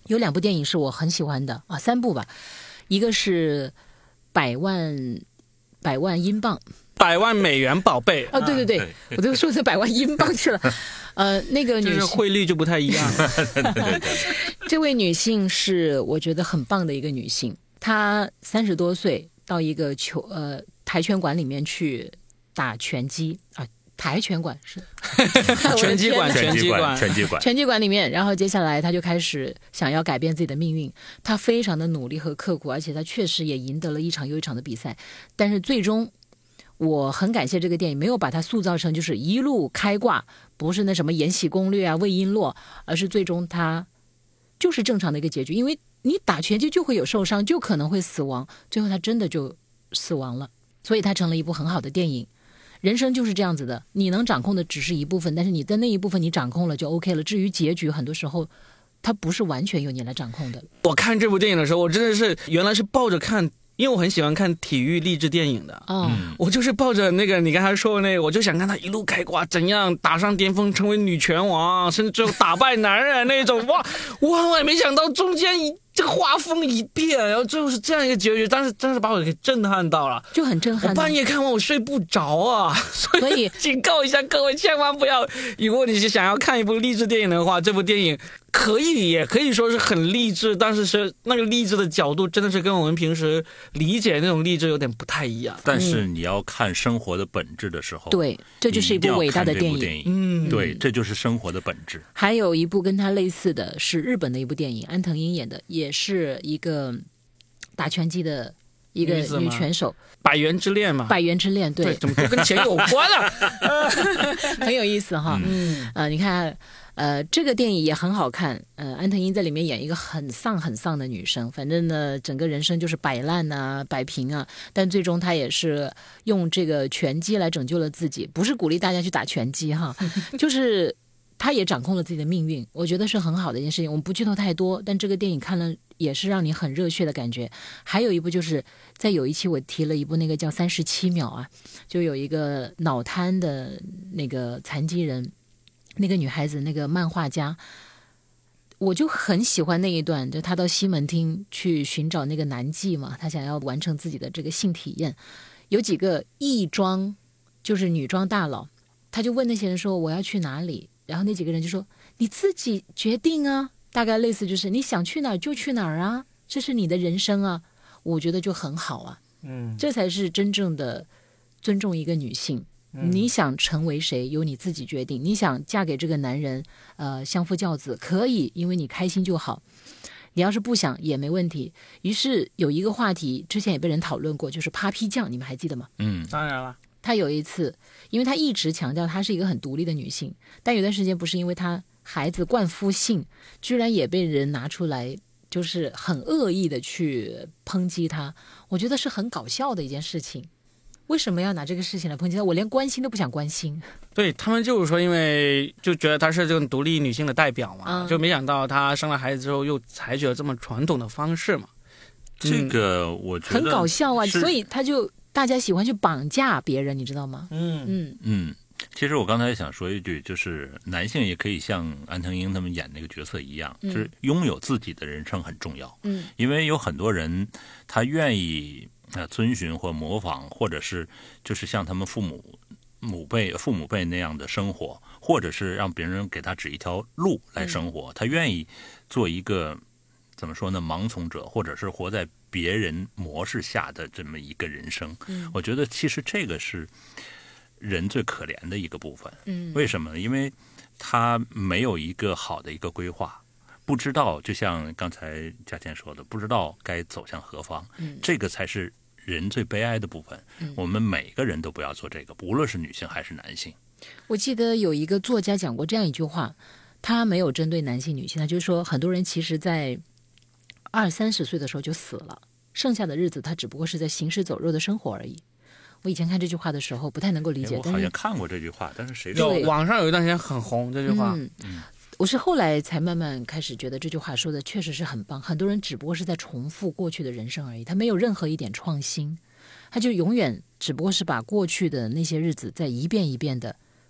有两部电影是我很喜欢的啊，三部吧，一个是百万百万英镑。 百万美元宝贝哦，对对对， 对我都说成百万英镑去了。呃，那个女就是性汇率就不太一样。 这位女性是我觉得很棒的一个女性，她三十多岁到一个球呃跆拳馆里面去打拳击啊，跆拳馆是拳击馆， 拳击击馆， 拳击馆， 拳击馆里面，然后接下来她就开始想要改变自己的命运，她非常的努力和刻苦，而且她确实也赢得了一场又一场的比赛，但是最终。我很感谢这个电影没有把它塑造成就是一路开挂，不是那什么《延禧攻略》啊、魏璎珞，而是最终它就是正常的一个结局。因为你打拳击就会有受伤，就可能会死亡，最后他真的就死亡了，所以它成了一部很好的电影。人生就是这样子的，你能掌控的只是一部分，但是你的那一部分你掌控了就 OK 了。至于结局，很多时候它不是完全由你来掌控的。 我看这部电影的时候，我真的是原来是抱着看。因为我很喜欢看体育励志电影的， 哦， 我就是抱着那个你刚才说的那个，我就想看他一路开挂，怎样打上巅峰，成为女拳王，甚至最后打败男人那种。哇，哇，我也没想到中间一这个画风一变，然后最后是这样一个结局，但是真是把我给震撼到了， 就很震撼。 我半夜看完我睡不着啊， 所以警告一下各位，千万不要，如果你是想要看一部励志电影的话，这部电影可以也可以说是很励志，但是是那个励志的角度真的是跟我们平时理解那种励志有点不太一样。 但是你要看生活的本质的时候， 对，这就是一部伟大的电影。 电影嗯， 对，这就是生活的本质。 还有一部跟它类似的是日本的一部电影，安藤樱演的，也是一个打拳击的一个女拳手， 百元之恋嘛， 百元之恋，对， 对怎么都跟钱有关啊？ 很有意思哈。嗯，呃，你看。呃，这个电影也很好看。呃，安藤樱在里面演一个很丧很丧的女生，反正呢，整个人生就是摆烂啊、摆平啊。但最终她也是用这个拳击来拯救了自己，不是鼓励大家去打拳击哈，就是她也掌控了自己的命运。我觉得是很好的一件事情。我们不剧透太多，但这个电影看了也是让你很热血的感觉。还有一部就是在有一期我提了一部那个叫三十七秒啊，就有一个脑瘫的那个残疾人。那个女孩子，那个漫画家，我就很喜欢那一段，就她到西门町去寻找那个男妓嘛，她想要完成自己的这个性体验。有几个异装，就是女装大佬，她就问那些人说我要去哪里，然后那几个人就说你自己决定啊，大概类似就是你想去哪儿就去哪儿啊，这是你的人生啊，我觉得就很好啊，嗯，这才是真正的尊重一个女性。你想成为谁由你自己决定，你想嫁给这个男人呃，相夫教子可以，因为你开心就好，你要是不想也没问题。于是有一个话题之前也被人讨论过，就是 Papi 酱，你们还记得吗？ 嗯，当然了。 她有一次因为她一直强调她是一个很独立的女性，但有段时间不是因为她孩子冠夫姓居然也被人拿出来就是很恶意的去抨击她，我觉得是很搞笑的一件事情。为什么要拿这个事情来抨击他？我连关心都不想关心。 对，他们就是说，因为就觉得她是这种独立女性的代表嘛，嗯、就没想到她生了孩子之后又采取了这么传统的方式嘛。 这个我觉得很搞笑啊，所以他就大家喜欢去绑架别人，你知道吗？ 嗯嗯嗯。其实我刚才想说一句，就是男性也可以像安藤樱他们演那个角色一样，嗯、就是拥有自己的人生很重要。 嗯， 因为有很多人他愿意。呃，遵循或模仿，或者是就是像他们父母母辈、父母辈那样的生活，或者是让别人给他指一条路来生活，嗯、他愿意做一个怎么说呢，盲从者，或者是活在别人模式下的这么一个人生。 嗯、 我觉得其实这个是人最可怜的一个部分。 嗯， 为什么呢？因为他没有一个好的一个规划。不知道，就像刚才佳倩说的，不知道该走向何方， 嗯、 这个才是人最悲哀的部分。 嗯、 我们每个人都不要做这个，无论是女性还是男性。 我记得有一个作家讲过这样一句话，他没有针对男性女性，他就是说很多人其实在二三十岁的时候就死了，剩下的日子他只不过是在行尸走肉的生活而已。我以前看这句话的时候不太能够理解， 我好像看过这句话，但是谁知道网上有一段时间很红这句话。 嗯嗯，我是后来才慢慢开始觉得这句话说的确实是很棒。很多人只不过是在重复过去的人生而已，他没有任何一点创新，他就永远只不过是把过去的那些日子再一遍一遍的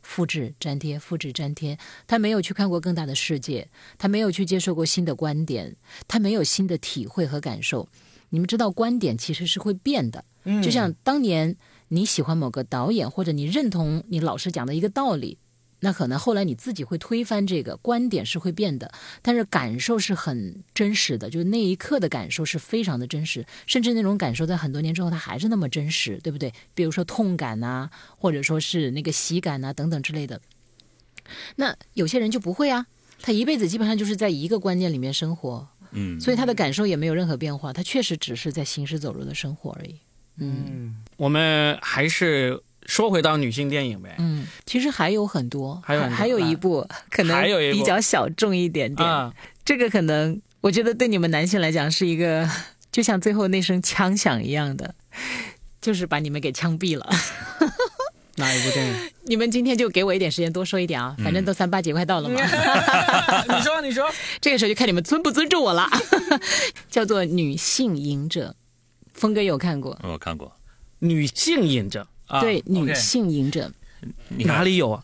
复制粘贴复制粘贴，他没有去看过更大的世界，他没有去接受过新的观点，他没有新的体会和感受。你们知道观点其实是会变的，就像当年你喜欢某个导演，或者你认同你老师讲的一个道理，那可能后来你自己会推翻这个观点，是会变的，但是感受是很真实的，就是那一刻的感受是非常的真实，甚至那种感受在很多年之后它还是那么真实，对不对？比如说痛感啊，或者说是那个喜感啊等等之类的。那有些人就不会啊，他一辈子基本上就是在一个观念里面生活，嗯，所以他的感受也没有任何变化，他确实只是在行尸走肉的生活而已。嗯， 嗯我们还是说回到女性电影呗。 嗯，其实还有很多， 还有很多还有一部可能比较小众一点点，啊、这个可能我觉得对你们男性来讲是一个，就像最后那声枪响一样的，就是把你们给枪毙了。 哪一部电影？ 你们今天就给我一点时间多说一点啊，反正都三八节快到了嘛。 嗯、你说你说， 这个时候就看你们尊不尊重我了。叫做《女性瘾者》，峰哥有看过？ 我看过。 女性瘾者，啊、 对，女性瘾者， 哪里有啊？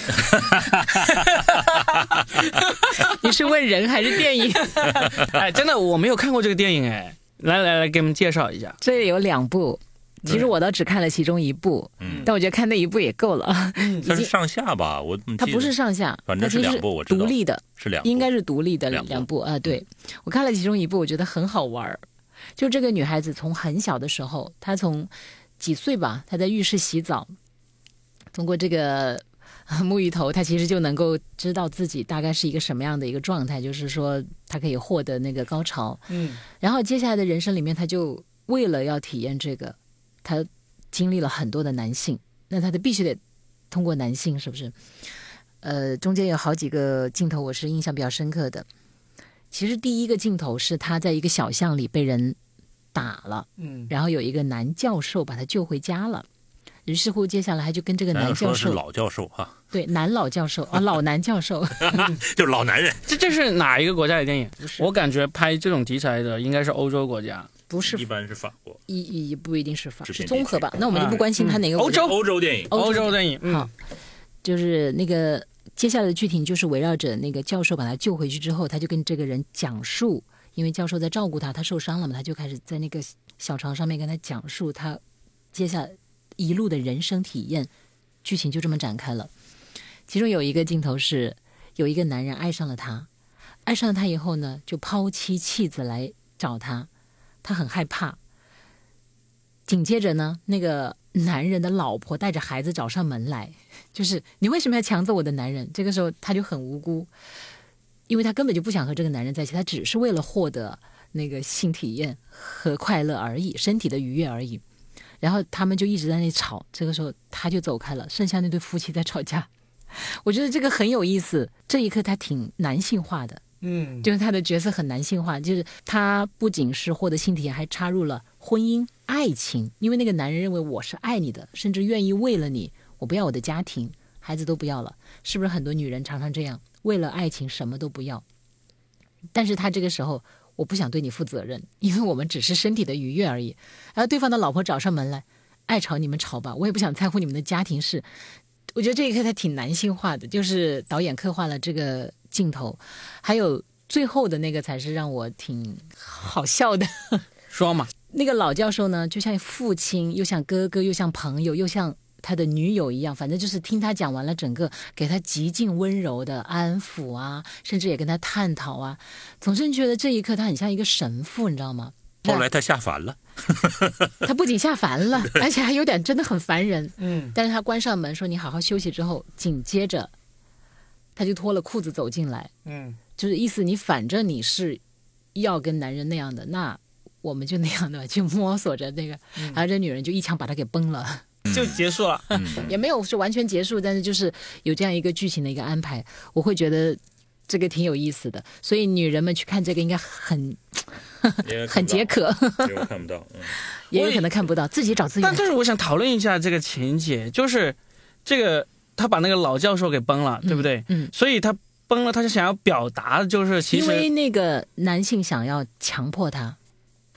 你是问人还是电影？ 哎，真的我没有看过这个电影哎，来来来，给我们介绍一下。 这里有两部。其实我倒只看了其中一部，嗯、但我觉得看那一部也够了。 嗯、它是上下吧？我它不是上下， 反正是两部，我知道独立的， 是两部， 应该是独立的两部两部啊。对，我看了其中一部，我觉得很好玩。就这个女孩子从很小的时候，她从几岁吧，她在浴室洗澡，通过这个沐浴头，她其实就能够知道自己大概是一个什么样的一个状态，就是说她可以获得那个高潮。嗯，然后接下来的人生里面，她就为了要体验这个。他经历了很多的男性，那他的必须得通过男性，是不是？呃，中间有好几个镜头我是印象比较深刻的。其实第一个镜头是他在一个小巷里被人打了，嗯，然后有一个男教授把他救回家了。于是乎，接下来他就跟这个男教授， 是老教授哈， 对，男老教授啊，老男教授， 就是老男人。 这这是哪一个国家的电影？我感觉拍这种题材的应该是欧洲国家。 不是， 一般是法国， 一一不一定是法，是综合吧？那我们就不关心他哪个欧洲欧洲电影， 欧洲电影。 好，就是那个接下来的剧情就是围绕着那个教授把他救回去之后，他就跟这个人讲述，因为教授在照顾他，他受伤了嘛，他就开始在那个小床上面跟他讲述他接下来一路的人生体验，剧情就这么展开了。其中有一个镜头是有一个男人爱上了他，爱上了他以后呢，就抛妻弃子来找他。他很害怕，紧接着呢，那个男人的老婆带着孩子找上门来，就是你为什么要抢走我的男人？这个时候他就很无辜，因为他根本就不想和这个男人在一起，他只是为了获得那个性体验和快乐而已，身体的愉悦而已。然后他们就一直在那里吵，这个时候他就走开了，剩下那对夫妻在吵架。我觉得这个很有意思，这一刻他挺男性化的。嗯，就是他的角色很男性化，就是他不仅是获得性体验，还插入了婚姻、爱情。因为那个男人认为我是爱你的，甚至愿意为了你，我不要我的家庭，孩子都不要了。是不是很多女人常常这样，为了爱情什么都不要？但是他这个时候，我不想对你负责任，因为我们只是身体的愉悦而已。然后对方的老婆找上门来，爱吵你们吵吧，我也不想在乎你们的家庭事。我觉得这一刻他挺男性化的，就是导演刻画了这个镜头，还有最后的那个才是让我挺好笑的。 说嘛， 那个老教授呢，就像父亲，又像哥哥，又像朋友，又像他的女友一样，反正就是听他讲完了整个，给他极尽温柔的安抚啊，甚至也跟他探讨啊。总是觉得这一刻他很像一个神父，你知道吗？ 后来他下凡了。 他不仅下凡了，而且还有点真的很烦人。嗯，但是他关上门说你好好休息之后，紧接着他就脱了裤子走进来。嗯，就是意思你反正你是要跟男人那样的，那我们就那样的去摸索着那个，嗯、然后这女人就一枪把他给崩了， 就结束了。嗯、 也没有是完全结束，但是就是有这样一个剧情的一个安排，我会觉得这个挺有意思的，所以女人们去看这个应该很很解渴， 也有看不到，嗯、 也有可能看不到，自己找资源。 但但是我想讨论一下这个情节，就是这个他把那个老教授给崩了，嗯、对不对？嗯，所以他崩了，他是想要表达的就是其实因为那个男性想要强迫他。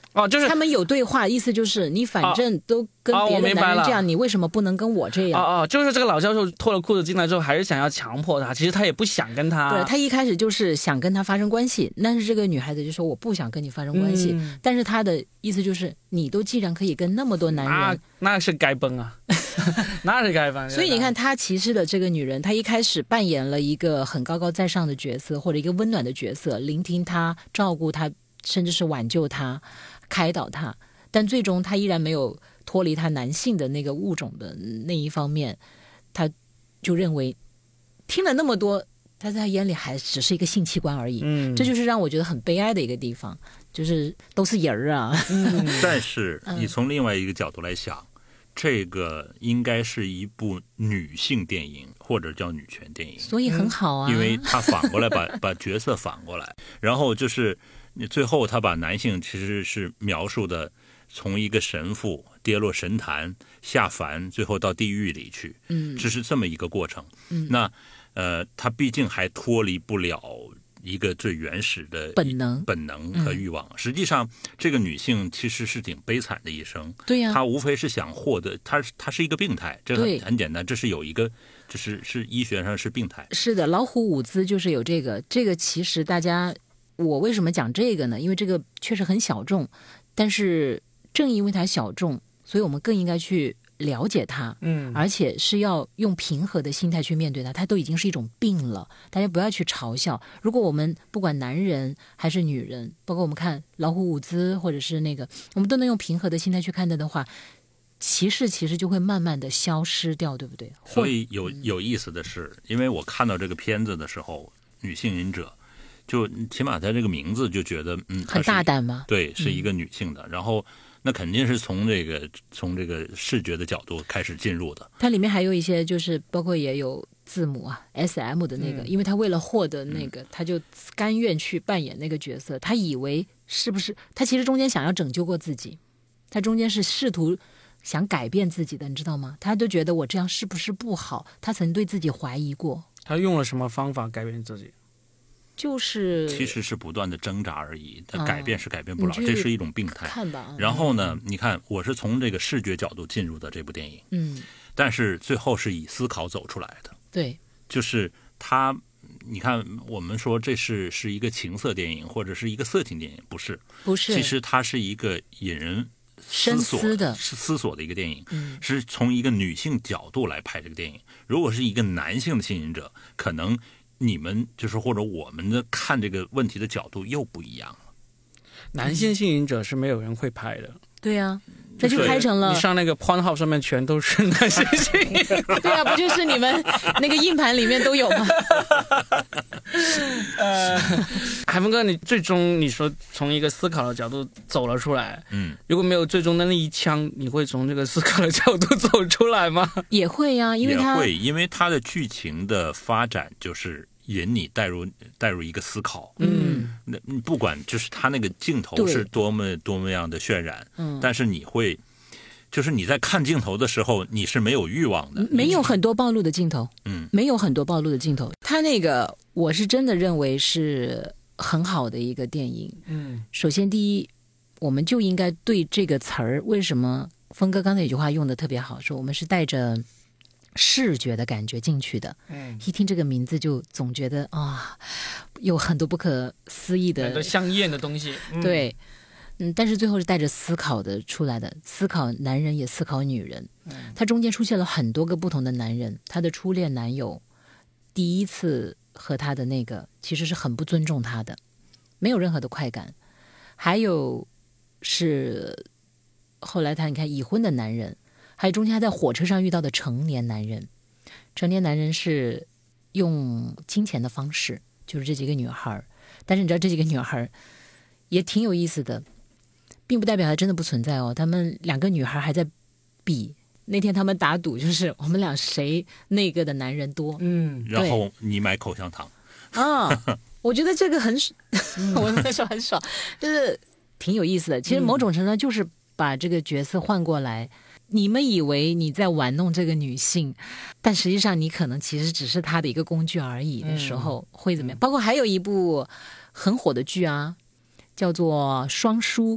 哦，就是他们有对话，意思就是你反正都跟别的男人这样， 哦哦、 你为什么不能跟我这样？ 哦哦，就是这个老教授脱了裤子进来之后，还是想要强迫他，其实他也不想跟他。 对，他一开始就是想跟他发生关系，但是这个女孩子就说我不想跟你发生关系，嗯、但是他的意思就是你都既然可以跟那么多男人， 那那是该崩啊，那是该崩。 所以你看，他歧视的这个女人，她一开始扮演了一个很高高在上的角色，或者一个温暖的角色，聆听他，照顾他，甚至是挽救他。开导他，但最终他依然没有脱离他男性的那个物种的那一方面，他就认为听了那么多，他在他眼里还只是一个性器官而已。嗯，这就是让我觉得很悲哀的一个地方，就是都是人儿啊。 嗯，但是你从另外一个角度来想，嗯、这个应该是一部女性电影，或者叫女权电影， 所以很好啊， 因为他反过来把把角色反过来，然后就是。最后他把男性其实是描述的从一个神父跌落神坛下凡，最后到地狱里去，嗯，这是这么一个过程。嗯，那呃，他毕竟还脱离不了一个最原始的本能、 本能和欲望。嗯、实际上，这个女性其实是挺悲惨的一生。 对呀、啊， 她无非是想获得，她她是一个病态，这个很简单，这是有一个，这是是医学上是病态。 是的，老虎伍兹就是有这个，这个其实大家。我为什么讲这个呢？因为这个确实很小众，但是正因为它小众，所以我们更应该去了解它，嗯，而且是要用平和的心态去面对它。它都已经是一种病了，大家不要去嘲笑。如果我们不管男人还是女人，包括我们看老虎伍兹或者是那个，我们都能用平和的心态去看待的话，歧视其实就会慢慢的消失掉，对不对？ 所以有有意思的是，因为我看到这个片子的时候，女性瘾者。就起码他这个名字就觉得嗯很大胆吗？ 对，是一个女性的，嗯、然后那肯定是从这个从这个视觉的角度开始进入的。 它里面还有一些就是包括也有字母啊 S M 的那个，嗯、因为他为了获得那个，嗯、他就甘愿去扮演那个角色。他以为是不是他其实中间想要拯救过自己，他中间是试图想改变自己的，你知道吗？他都觉得我这样是不是不好？他曾对自己怀疑过。 他用了什么方法改变自己？ 就是其实是不断的挣扎而已，它改变是改变不了，哦、这是一种病态。 看吧。 然后呢，嗯、你看，我是从这个视觉角度进入的这部电影，嗯，但是最后是以思考走出来的。 对， 就是他，你看，我们说这是是一个情色电影或者是一个色情电影，不是， 不是， 其实它是一个引人深思的、 思索的一个电影，嗯，是从一个女性角度来拍这个电影。如果是一个男性的性瘾者，可能。你们就是或者我们的看这个问题的角度又不一样了。 男性性瘾者是没有人会拍的。 对呀、啊，这就拍成了。 你上那个 Pornhub 上面全都是男性性瘾者。 对啊，不就是你们那个硬盘里面都有吗？ 呃，海峰哥，你最终你说从一个思考的角度走了出来，嗯，如果没有最终的那一枪，你会从这个思考的角度走出来吗？ 也会呀、啊，因为它也会，因为它的剧情的发展就是引你带入带入一个思考，嗯，那不管就是他那个镜头是多么多么样的渲染，嗯，但是你会。就是你在看镜头的时候，你是没有欲望的， 没有很多暴露的镜头，嗯，没有很多暴露的镜头。他那个，我是真的认为是很好的一个电影，嗯。首先，第一，我们就应该对这个词儿，为什么峰哥刚才有句话用的特别好，说我们是带着视觉的感觉进去的，嗯，一听这个名字就总觉得啊、哦，有很多不可思议的、 很多香艳的东西， 嗯、对。嗯，但是最后是带着思考的出来的，思考男人也思考女人。嗯，他中间出现了很多个不同的男人，他的初恋男友第一次和他的那个其实是很不尊重他的，没有任何的快感。还有是后来他你看已婚的男人，还有中间还在火车上遇到的成年男人。成年男人是用金钱的方式，就是这几个女孩，但是你知道这几个女孩也挺有意思的。并不代表它真的不存在哦，他们两个女孩还在比。那天他们打赌，就是我们俩谁那个的男人多， 嗯，然后你买口香糖啊，我觉得这个很，我那时候很爽，就是挺有意思的。其实某种程度上就是把这个角色换过来，你们以为你在玩弄这个女性，但实际上你可能其实只是她的一个工具而已的时候，会怎么样？包括还有一部很火的剧啊。叫做双姝，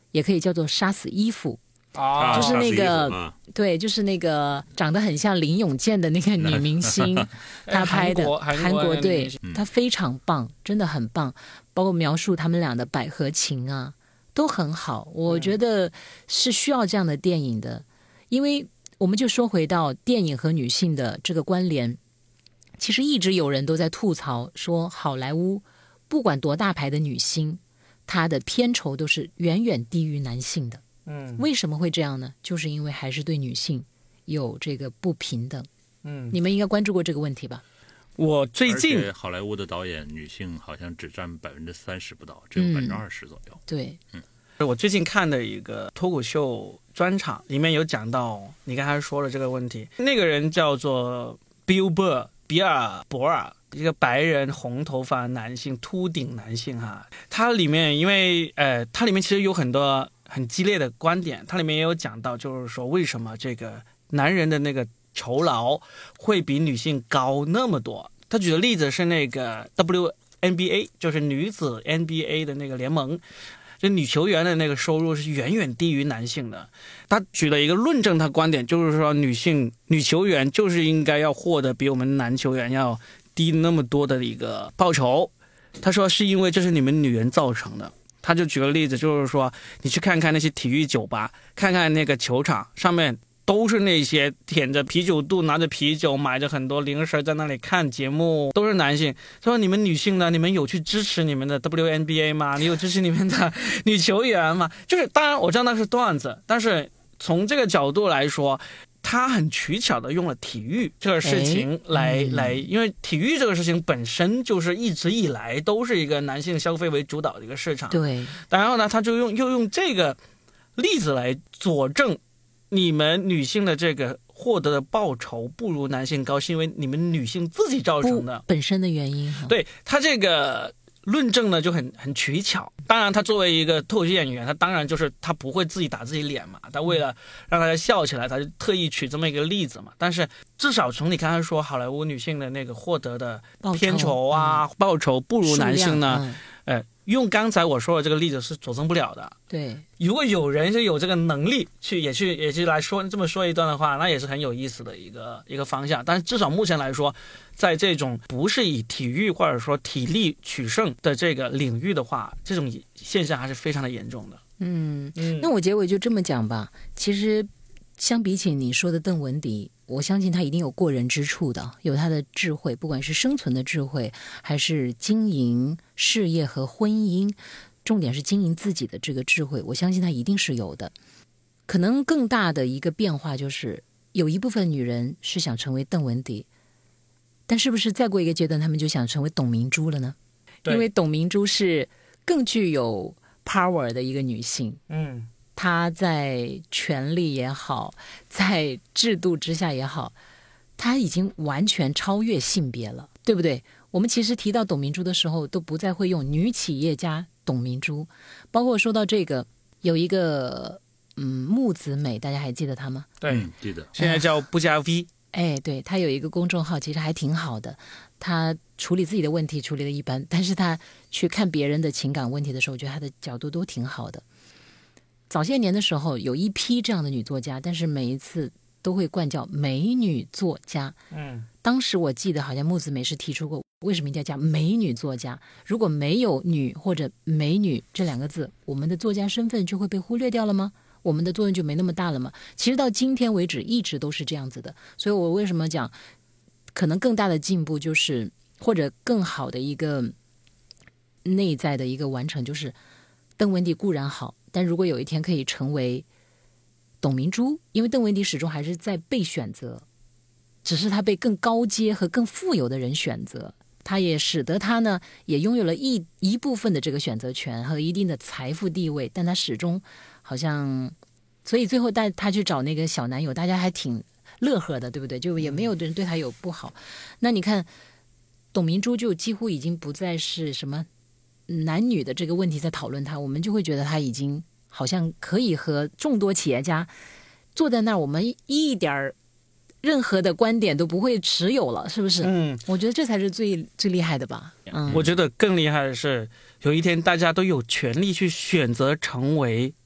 也可以叫做杀死伊芙。 啊， 就是那个、 啊、 对，就是那个长得很像林永健的那个女明星，她拍的韩国对，她非常棒，真的很棒，包括描述他们俩的百合情啊，都很好。我觉得是需要这样的电影的，因为我们就说回到电影和女性的这个关联，其实一直有人都在吐槽说，好莱坞不管多大牌的女星，她的片酬都是远远低于男性的。 嗯， 为什么会这样呢？就是因为还是对女性有这个不平等。 嗯， 你们应该关注过这个问题吧？ 我最近而且好莱坞的导演女性好像只占百分之三十不到，只有百分之二十左右。 对， 嗯，我最近看的一个脱口秀专场，里面有讲到你刚才说的这个问题。那个人叫做 Bill Burr 比尔博尔，一个白人红头发男性，秃顶男性哈。他里面因为呃，他里面其实有很多很激烈的观点，它里面也有讲到，就是说为什么这个男人的那个酬劳会比女性高那么多。他举的例子是那个 W N B A， 就是女子 N B A 的那个联盟，就女球员的那个收入是远远低于男性的。他举了一个论证，他观点就是说女性女球员就是应该要获得比我们男球员要低那么多的一个报酬。他说是因为这是你们女人造成的。他就举个例子，就是说你去看看那些体育酒吧，看看那个球场上面都是那些舔着啤酒肚，拿着啤酒，买着很多零食在那里看节目，都是男性。他说你们女性呢，你们有去支持你们的 W N B A 吗？你有支持你们的女球员吗？就是当然我知道那是段子，但是从这个角度来说，他很取巧的用了体育这个事情来、嗯、来，因为体育这个事情本身就是一直以来都是一个男性消费为主导的一个市场。 对， 然后呢，他就用又用这个例子来佐证你们女性的这个获得的报酬不如男性高，是因为你们女性自己造成的本身的原因。 对，他这个论证呢就很很取巧。当然他作为一个脱口秀演员，他当然就是他不会自己打自己脸嘛，他为了让大家笑起来，他就特意取这么一个例子嘛。但是至少从你刚才说好莱坞女性的那个获得的片酬啊报酬、嗯、报酬不如男性呢、嗯、呃，用刚才我说的这个例子是佐证不了的。 对， 如果有人是有这个能力去也去也去来说这么说一段的话，那也是很有意思的一个一个方向。但是至少目前来说，在这种不是以体育或者说体力取胜的这个领域的话，这种现象还是非常的严重的。 嗯，那我结尾就这么讲吧。其实相比起你说的邓文迪，我相信他一定有过人之处的，有他的智慧，不管是生存的智慧，还是经营事业和婚姻，重点是经营自己的这个智慧，我相信他一定是有的。可能更大的一个变化就是，有一部分女人是想成为邓文迪，但是不是再过一个阶段，他们就想成为董明珠了呢？因为董明珠是更具有 power 的一个女性， 嗯， 她在权力也好，在制度之下也好，她已经完全超越性别了，对不对？我们其实提到董明珠的时候，都不再会用女企业家董明珠。包括说到这个，有一个嗯木子美，大家还记得她吗？ 对、 嗯，记得。 现在叫不加 V。 哎，对，她有一个公众号，其实还挺好的。她处理自己的问题处理的一般，但是她去看别人的情感问题的时候，我觉得她的角度都挺好的。早些年的时候，有一批这样的女作家，但是每一次都会冠叫美女作家。 嗯， 当时我记得好像木子美是提出过，为什么一定要加美女作家？如果没有女或者美女这两个字，我们的作家身份就会被忽略掉了吗？我们的作用就没那么大了吗？其实到今天为止一直都是这样子的。所以我为什么讲可能更大的进步就是或者更好的一个内在的一个完成，就是邓文迪固然好，但如果有一天可以成为董明珠，因为邓文迪始终还是在被选择，只是他被更高阶和更富有的人选择，他也使得他呢也拥有了一一部分的这个选择权和一定的财富地位，但他始终好像，所以最后带他去找那个小男友，大家还挺乐呵的，对不对？就也没有人对他有不好。那你看董明珠就几乎已经不再是什么男女的这个问题在讨论他，我们就会觉得他已经好像可以和众多企业家坐在那儿，我们一点任何的观点都不会持有了，是不是？ 嗯， 我觉得这才是最最厉害的吧。嗯， 我觉得更厉害的是，有一天大家都有权利去选择成为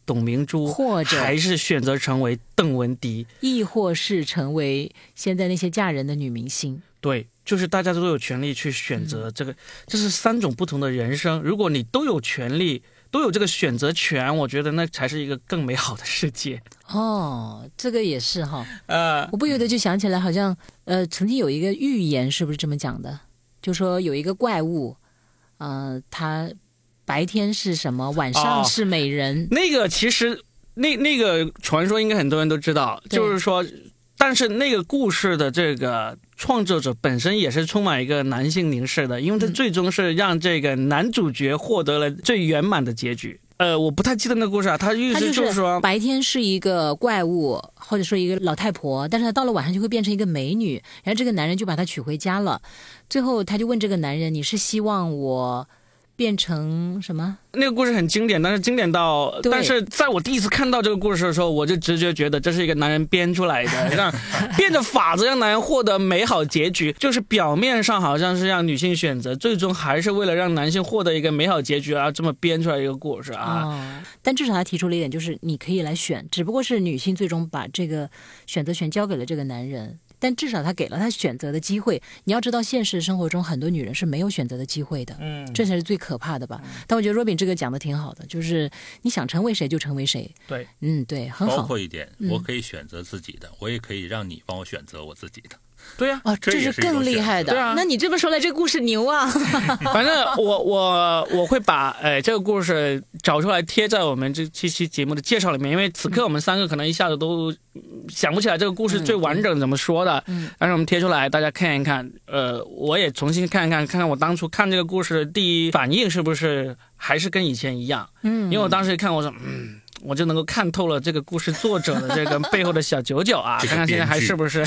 董明珠， 或者还是选择成为邓文迪， 亦或是成为现在那些嫁人的女明星。 对，就是大家都有权利去选择这个，嗯、这是三种不同的人生。如果你都有权利，都有这个选择权，我觉得那才是一个更美好的世界。 哦，这个也是哈。 呃， 我不由得就想起来，好像呃，曾经有一个预言，是不是这么讲的？就说有一个怪物，呃，它白天是什么，晚上是美人。 哦、那个其实那那个传说应该很多人都知道，就是说。但是那个故事的这个创作者本身也是充满一个男性凝视的，因为他最终是让这个男主角获得了最圆满的结局。呃，我不太记得那个故事啊，他意思就是说， 白天是一个怪物，或者说一个老太婆，但是他到了晚上就会变成一个美女，然后这个男人就把她娶回家了。最后他就问这个男人：“你是希望我变成什么？” 那个故事很经典，但是经典到，但是在我第一次看到这个故事的时候，我就直觉觉得这是一个男人编出来的，让变着法子让男人获得美好结局，就是表面上好像是让女性选择，最终还是为了让男性获得一个美好结局啊，这么编出来一个故事啊。 哦，但至少他提出了一点，就是你可以来选，只不过是女性最终把这个选择权交给了这个男人。但至少他给了他选择的机会。你要知道，现实生活中很多女人是没有选择的机会的，嗯，这才是最可怕的吧。嗯、但我觉得 Robin 这个讲的挺好的，就是你想成为谁就成为谁。 对， 嗯，对，很好。 包括一点，我可以选择自己的，嗯、我也可以让你帮我选择我自己的。 对呀、 啊，哦，这是更厉害的。 对啊， 那你这么说来，这个故事牛啊！ 反正我我我会把呃这个故事找出来贴在我们这期期节目的介绍里面，因为此刻我们三个可能一下子都想不起来这个故事最完整怎么说的，嗯，但是我们贴出来大家看一看，呃，我也重新看一看，看看我当初看这个故事的第一反应是不是还是跟以前一样，嗯，因为我当时看我说，嗯。我就能够看透了这个故事作者的这个背后的小九九啊，看看现在还是不是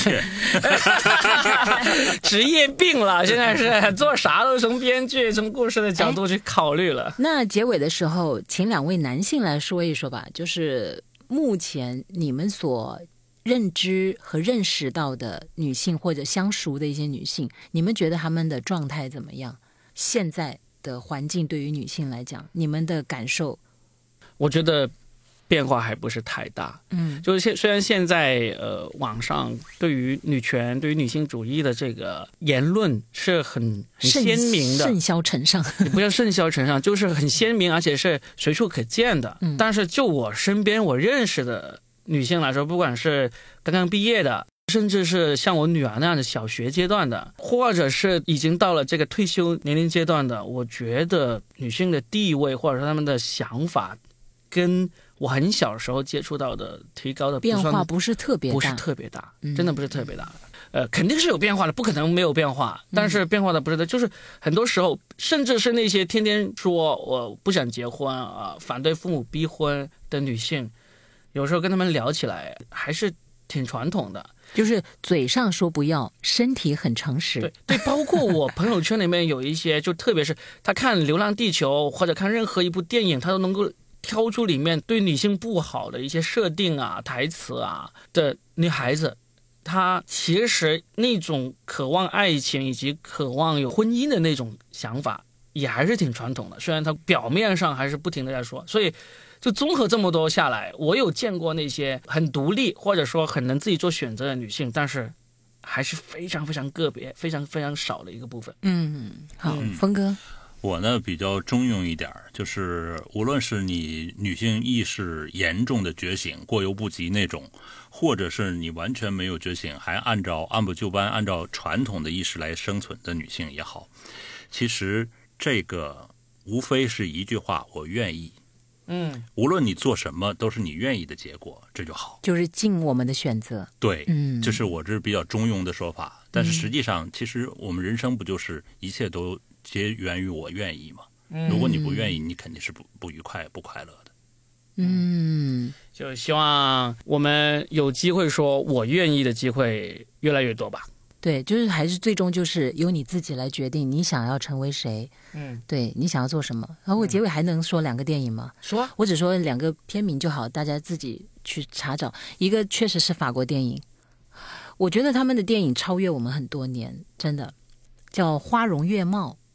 职业病了？现在是做啥都从编剧、从故事的角度去考虑了。 那结尾的时候，请两位男性来说一说吧，就是目前你们所认知和认识到的女性或者相熟的一些女性，你们觉得她们的状态怎么样？现在的环境对于女性来讲，你们的感受？ 我觉得变化还不是太大，嗯，就是现虽然现在呃网上对于女权、对于女性主义的这个言论是很很鲜明的， 甚嚣尘上， 也不叫甚嚣尘上，就是很鲜明，而且是随处可见的。嗯，但是就我身边我认识的女性来说，不管是刚刚毕业的，甚至是像我女儿那样的小学阶段的，或者是已经到了这个退休年龄阶段的，我觉得女性的地位或者说她们的想法跟我很小时候接触到的提高的变化不是特别大， 不是特别大，真的不是特别大。嗯、呃，肯定是有变化的，不可能没有变化。但是变化的不是的，就是很多时候，甚至是那些天天说我不想结婚啊、反对父母逼婚的女性，有时候跟他们聊起来还是挺传统的， 就是嘴上说不要，身体很诚实。 对对，包括我朋友圈里面有一些，就特别是他看《流浪地球》或者看任何一部电影，他都能够挑出里面对女性不好的一些设定啊、台词啊的女孩子，她其实那种渴望爱情以及渴望有婚姻的那种想法，也还是挺传统的。虽然她表面上还是不停的在说，所以就综合这么多下来，我有见过那些很独立或者说很能自己做选择的女性，但是还是非常非常个别、非常非常少的一个部分。 嗯，好，嗯、峰哥。 我呢比较中庸一点，就是无论是你女性意识严重的觉醒，过犹不及那种，或者是你完全没有觉醒，还按照按部就班、按照传统的意识来生存的女性也好，其实这个无非是一句话：我愿意。嗯，无论你做什么，都是你愿意的结果，这就好。 就是尽我们的选择。 对，嗯，这是我这是比较中庸的说法。但是实际上，嗯、其实我们人生不就是一切都皆源于我愿意吗？如果你不愿意，你肯定是不不愉快、不快乐的。 嗯， 就希望我们有机会说我愿意的机会越来越多吧。 对，就是还是最终就是由你自己来决定你想要成为谁，嗯，对你想要做什么。然后我结尾还能说两个电影吗？ 说、啊， 我只说两个片名就好，大家自己去查找。一个确实是法国电影，我觉得他们的电影超越我们很多年，真的叫《花容月貌》。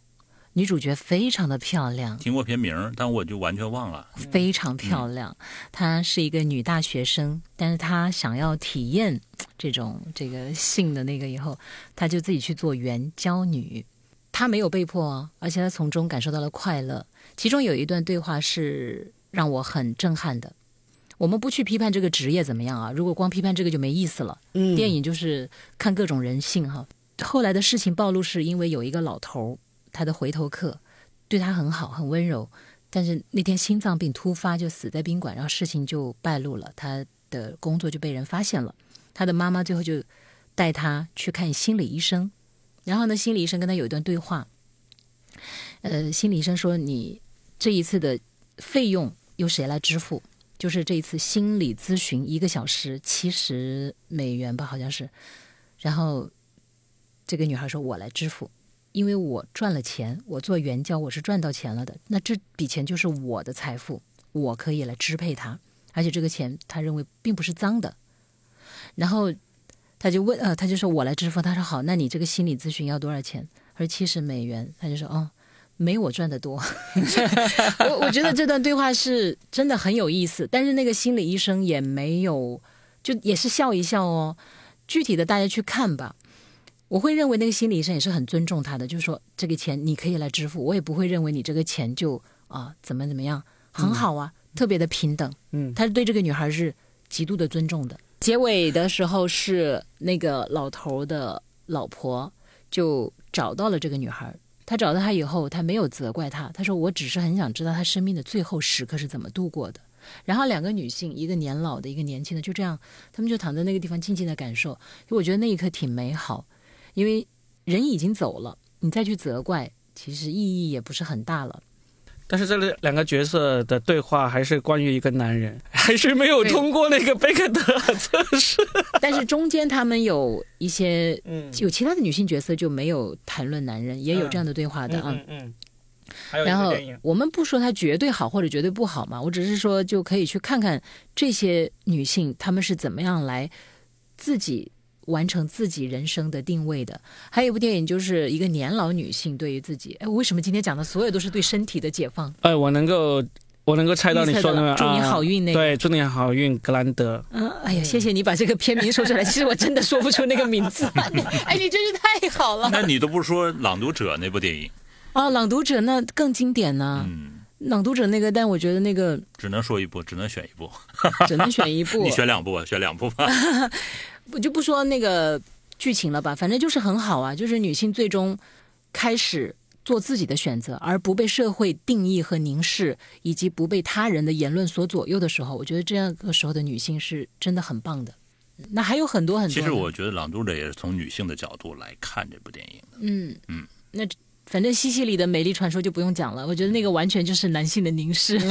女主角非常的漂亮， 听过片名，但我就完全忘了。 非常漂亮，嗯、她是一个女大学生，但是她想要体验这种这个性的那个以后，她就自己去做援交女。她没有被迫，而且她从中感受到了快乐。其中有一段对话是让我很震撼的。我们不去批判这个职业怎么样啊，如果光批判这个就没意思了。嗯，电影就是看各种人性哈。后来的事情暴露是因为有一个老头，他的回头客对他很好很温柔，但是那天心脏病突发就死在宾馆，然后事情就败露了，他的工作就被人发现了。他的妈妈最后就带他去看心理医生，然后呢心理医生跟他有一段对话，呃，心理医生说你这一次的费用由谁来支付，就是这一次心理咨询一个小时七十美元吧好像是，然后这个女孩说我来支付，因为我赚了钱，我做援交我是赚到钱了的，那这笔钱就是我的财富，我可以来支配它，而且这个钱他认为并不是脏的。然后他就问呃，他就说我来支付，他说好，那你这个心理咨询要多少钱？他说七十美元，他就说哦，没我赚得多。我我觉得这段对话是真的很有意思，但是那个心理医生也没有，就也是笑一笑哦。具体的大家去看吧。我会认为那个心理医生也是很尊重他的，就是说这个钱你可以来支付，我也不会认为你这个钱就啊怎么怎么样，很好啊，嗯、特别的平等。嗯，他是对这个女孩是极度的尊重的。结尾的时候是那个老头的老婆就找到了这个女孩，他找到她以后，他没有责怪她，他说我只是很想知道她生命的最后时刻是怎么度过的。然后两个女性，一个年老的，一个年轻的，就这样，他们就躺在那个地方静静的感受。我觉得那一刻挺美好。因为人已经走了，你再去责怪其实意义也不是很大了。 但是这两个角色的对话还是关于一个男人，还是没有通过那个贝克特尔测试。 但是中间他们有一些、嗯、有其他的女性角色就没有谈论男人，也有这样的对话的啊。嗯嗯嗯还有一个电影，然后我们不说它绝对好或者绝对不好嘛，我只是说就可以去看看这些女性她们是怎么样来自己完成自己人生的定位的。还有一部电影就是一个年老女性对于自己，哎，为什么今天讲的所有都是对身体的解放？ 哎，我能够我能够猜到你说的， 祝你好运那个、 啊、对，祝你好运格兰德。 嗯，哎呀，谢谢你把这个片名说出来，其实我真的说不出那个名字。哎，你真是太好了。 那你都不说《朗读者》那部电影？ 哦，《朗读者》那更经典呢。嗯。朗读者那个，但我觉得那个只能说一部，只能选一部， 只能选一部。 你选两部，选两部吧。 我就不说那个剧情了吧，反正就是很好啊，就是女性最终开始做自己的选择，而不被社会定义和凝视，以及不被他人的言论所左右的时候，我觉得这样个时候的女性是真的很棒的。那还有很多很多。 其实我觉得《朗读者》也是从女性的角度来看这部电影的。 嗯嗯，那。反正西西里的美丽传说就不用讲了，我觉得那个完全就是男性的凝视。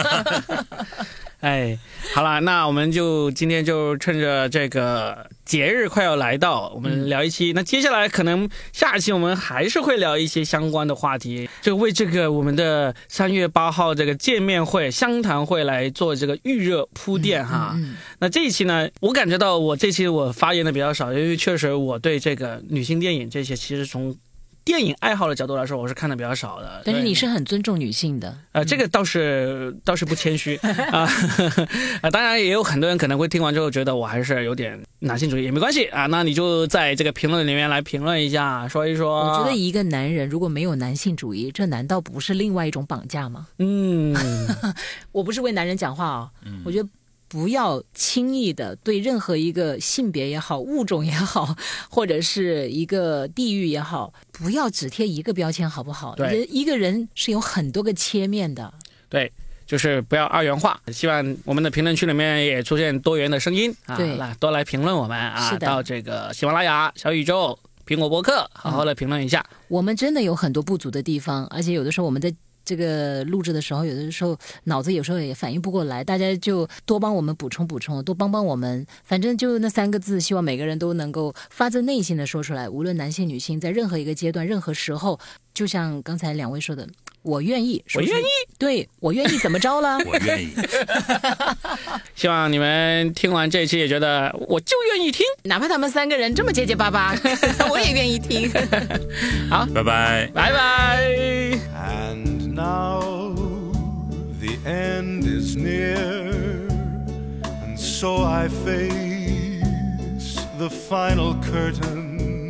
哎，好了，那我们就今天就趁着这个节日快要来到，我们聊一期、嗯、那接下来可能下一期我们还是会聊一些相关的话题，就为这个我们的三月八号这个见面会相谈会来做这个预热铺垫哈、嗯嗯嗯、那这一期呢，我感觉到我这期我发言的比较少，因为确实我对这个女性电影这些其实从电影爱好的角度来说，我是看的比较少的。 但是你是很尊重女性的， 呃，这个倒是倒是不谦虚啊。啊，当然也有很多人可能会听完之后觉得我还是有点男性主义，也没关系啊。那你就在这个评论里面来评论一下，说一说。 我觉得一个男人如果没有男性主义，这难道不是另外一种绑架吗？ 嗯， 我不是为男人讲话啊、哦，我觉得。不要轻易的对任何一个性别也好，物种也好，或者是一个地域也好，不要只贴一个标签，好不好？ 对， 一个人是有很多个切面的。 对，就是不要二元化。希望我们的评论区里面也出现多元的声音啊， 对， 来多来评论我们啊， 是的， 到这个喜马拉雅、小宇宙、苹果播客，好好的评论一下、 嗯。我们真的有很多不足的地方，而且有的时候我们在。这个录制的时候，有的时候脑子有时候也反应不过来，大家就多帮我们补充补充，多帮帮我们。反正就那三个字，希望每个人都能够发自内心的说出来。无论男性女性，在任何一个阶段、任何时候，就像刚才两位说的，我愿意， 我愿意， 对我愿意，怎么着了？ 我愿意。 希望你们听完这一期也觉得我就愿意听， 哪怕他们三个人这么结结巴巴，我也愿意听。 好， 拜拜， 拜拜。 And now the end is near, and so I face the final curtain.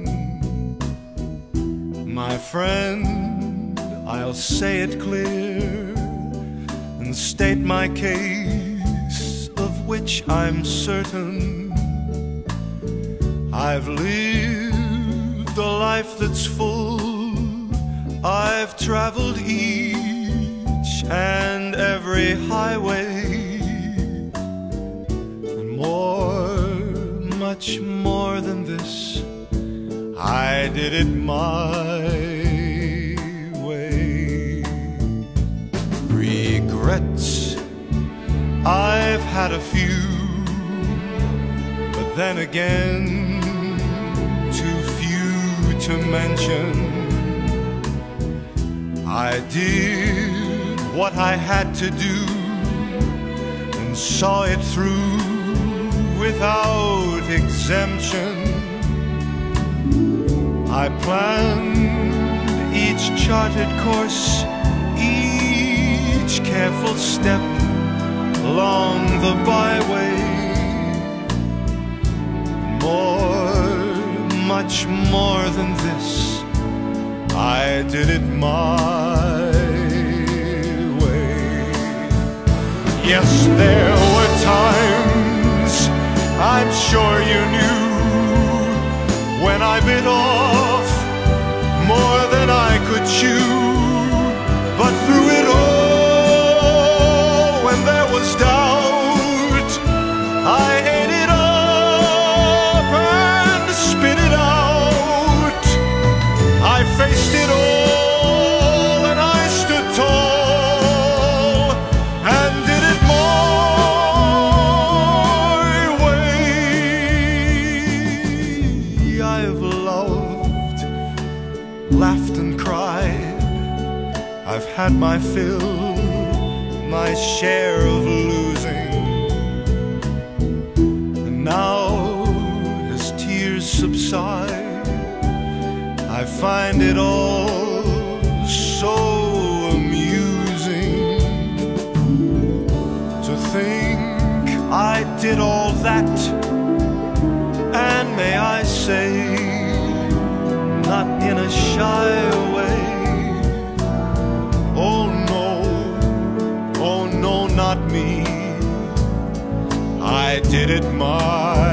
My friend, I'll say it clear and state my case, of which I'm certain. I've lived a life that's full, I've traveled each and every highway, and more, much more than this, I did it my way. Regrets, I've had a few, but then again, too few to mention. I did what I had to do and saw it through without exemption. I planned each charted course, each careful step along the byway. More, much more than this, I did it my way. Yes, there were times, I'm sure you knew, when I bit off more than I could chew. But through it all, when there was doubt, I ate it up and spit it out. I faced it all and I stood tall and did it my way. I've loved, laughed and cried, I've had my fill, my share of losing. And now, as tears subside, I find it all so amusing to think I did all that, and may I say, not in a shy way. Oh no, oh no, not me, I did it my